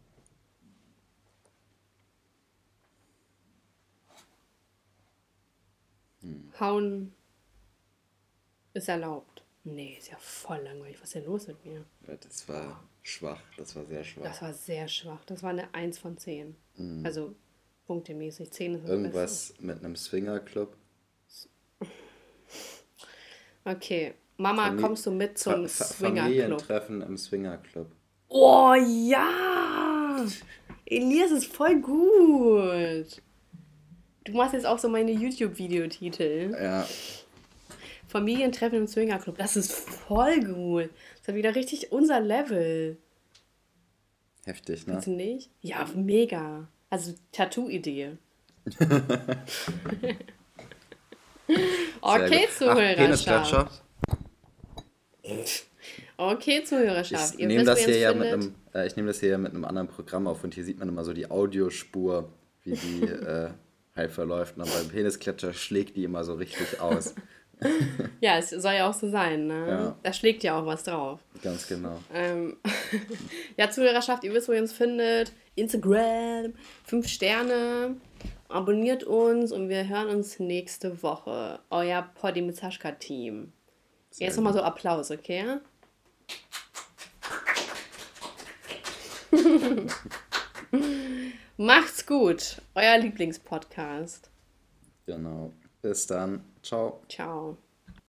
A: Hauen ist erlaubt. Nee, ist ja voll langweilig. Was ist denn los mit mir?
B: das war schwach, das war sehr schwach.
A: Das war sehr schwach. Das war eine eins von zehn. Mhm. Also punktemäßig. zehn ist das
B: Irgendwas Beste. Mit einem Swingerclub.
A: Okay. Mama, Famili- kommst du mit zum
B: Fa-
A: Swingerclub?
B: Familientreffen im Swingerclub.
A: Oh ja! Elias ist voll gut. Du machst jetzt auch so meine YouTube-Videotitel.
B: Ja.
A: Familientreffen im Swingerclub. Das ist voll gut. Das ist wieder richtig unser Level.
B: Heftig, ne?
A: Findest du nicht? Ja, mega. Also Tattoo-Idee. Okay, Zuhörerschaft. Okay, Zuhörerschaft.
B: Ich nehme das, hier ja mit einem, äh, ich nehm das hier ja mit einem anderen Programm auf und hier sieht man immer so die Audiospur, wie die äh, halt verläuft. Und beim Penisklatscher schlägt die immer so richtig aus.
A: Ja, es soll ja auch so sein, ne?
B: Ja.
A: Da schlägt ja auch was drauf.
B: Ganz genau.
A: Ähm, ja, Zuhörerschaft, ihr wisst, wo ihr uns findet. Instagram, fünf Sterne. Abonniert uns und wir hören uns nächste Woche. Euer Poddy mit Saschka-Team. Jetzt nochmal so Applaus, okay? Macht's gut. Euer Lieblingspodcast.
B: Genau. Bis dann. Ciao.
A: Ciao.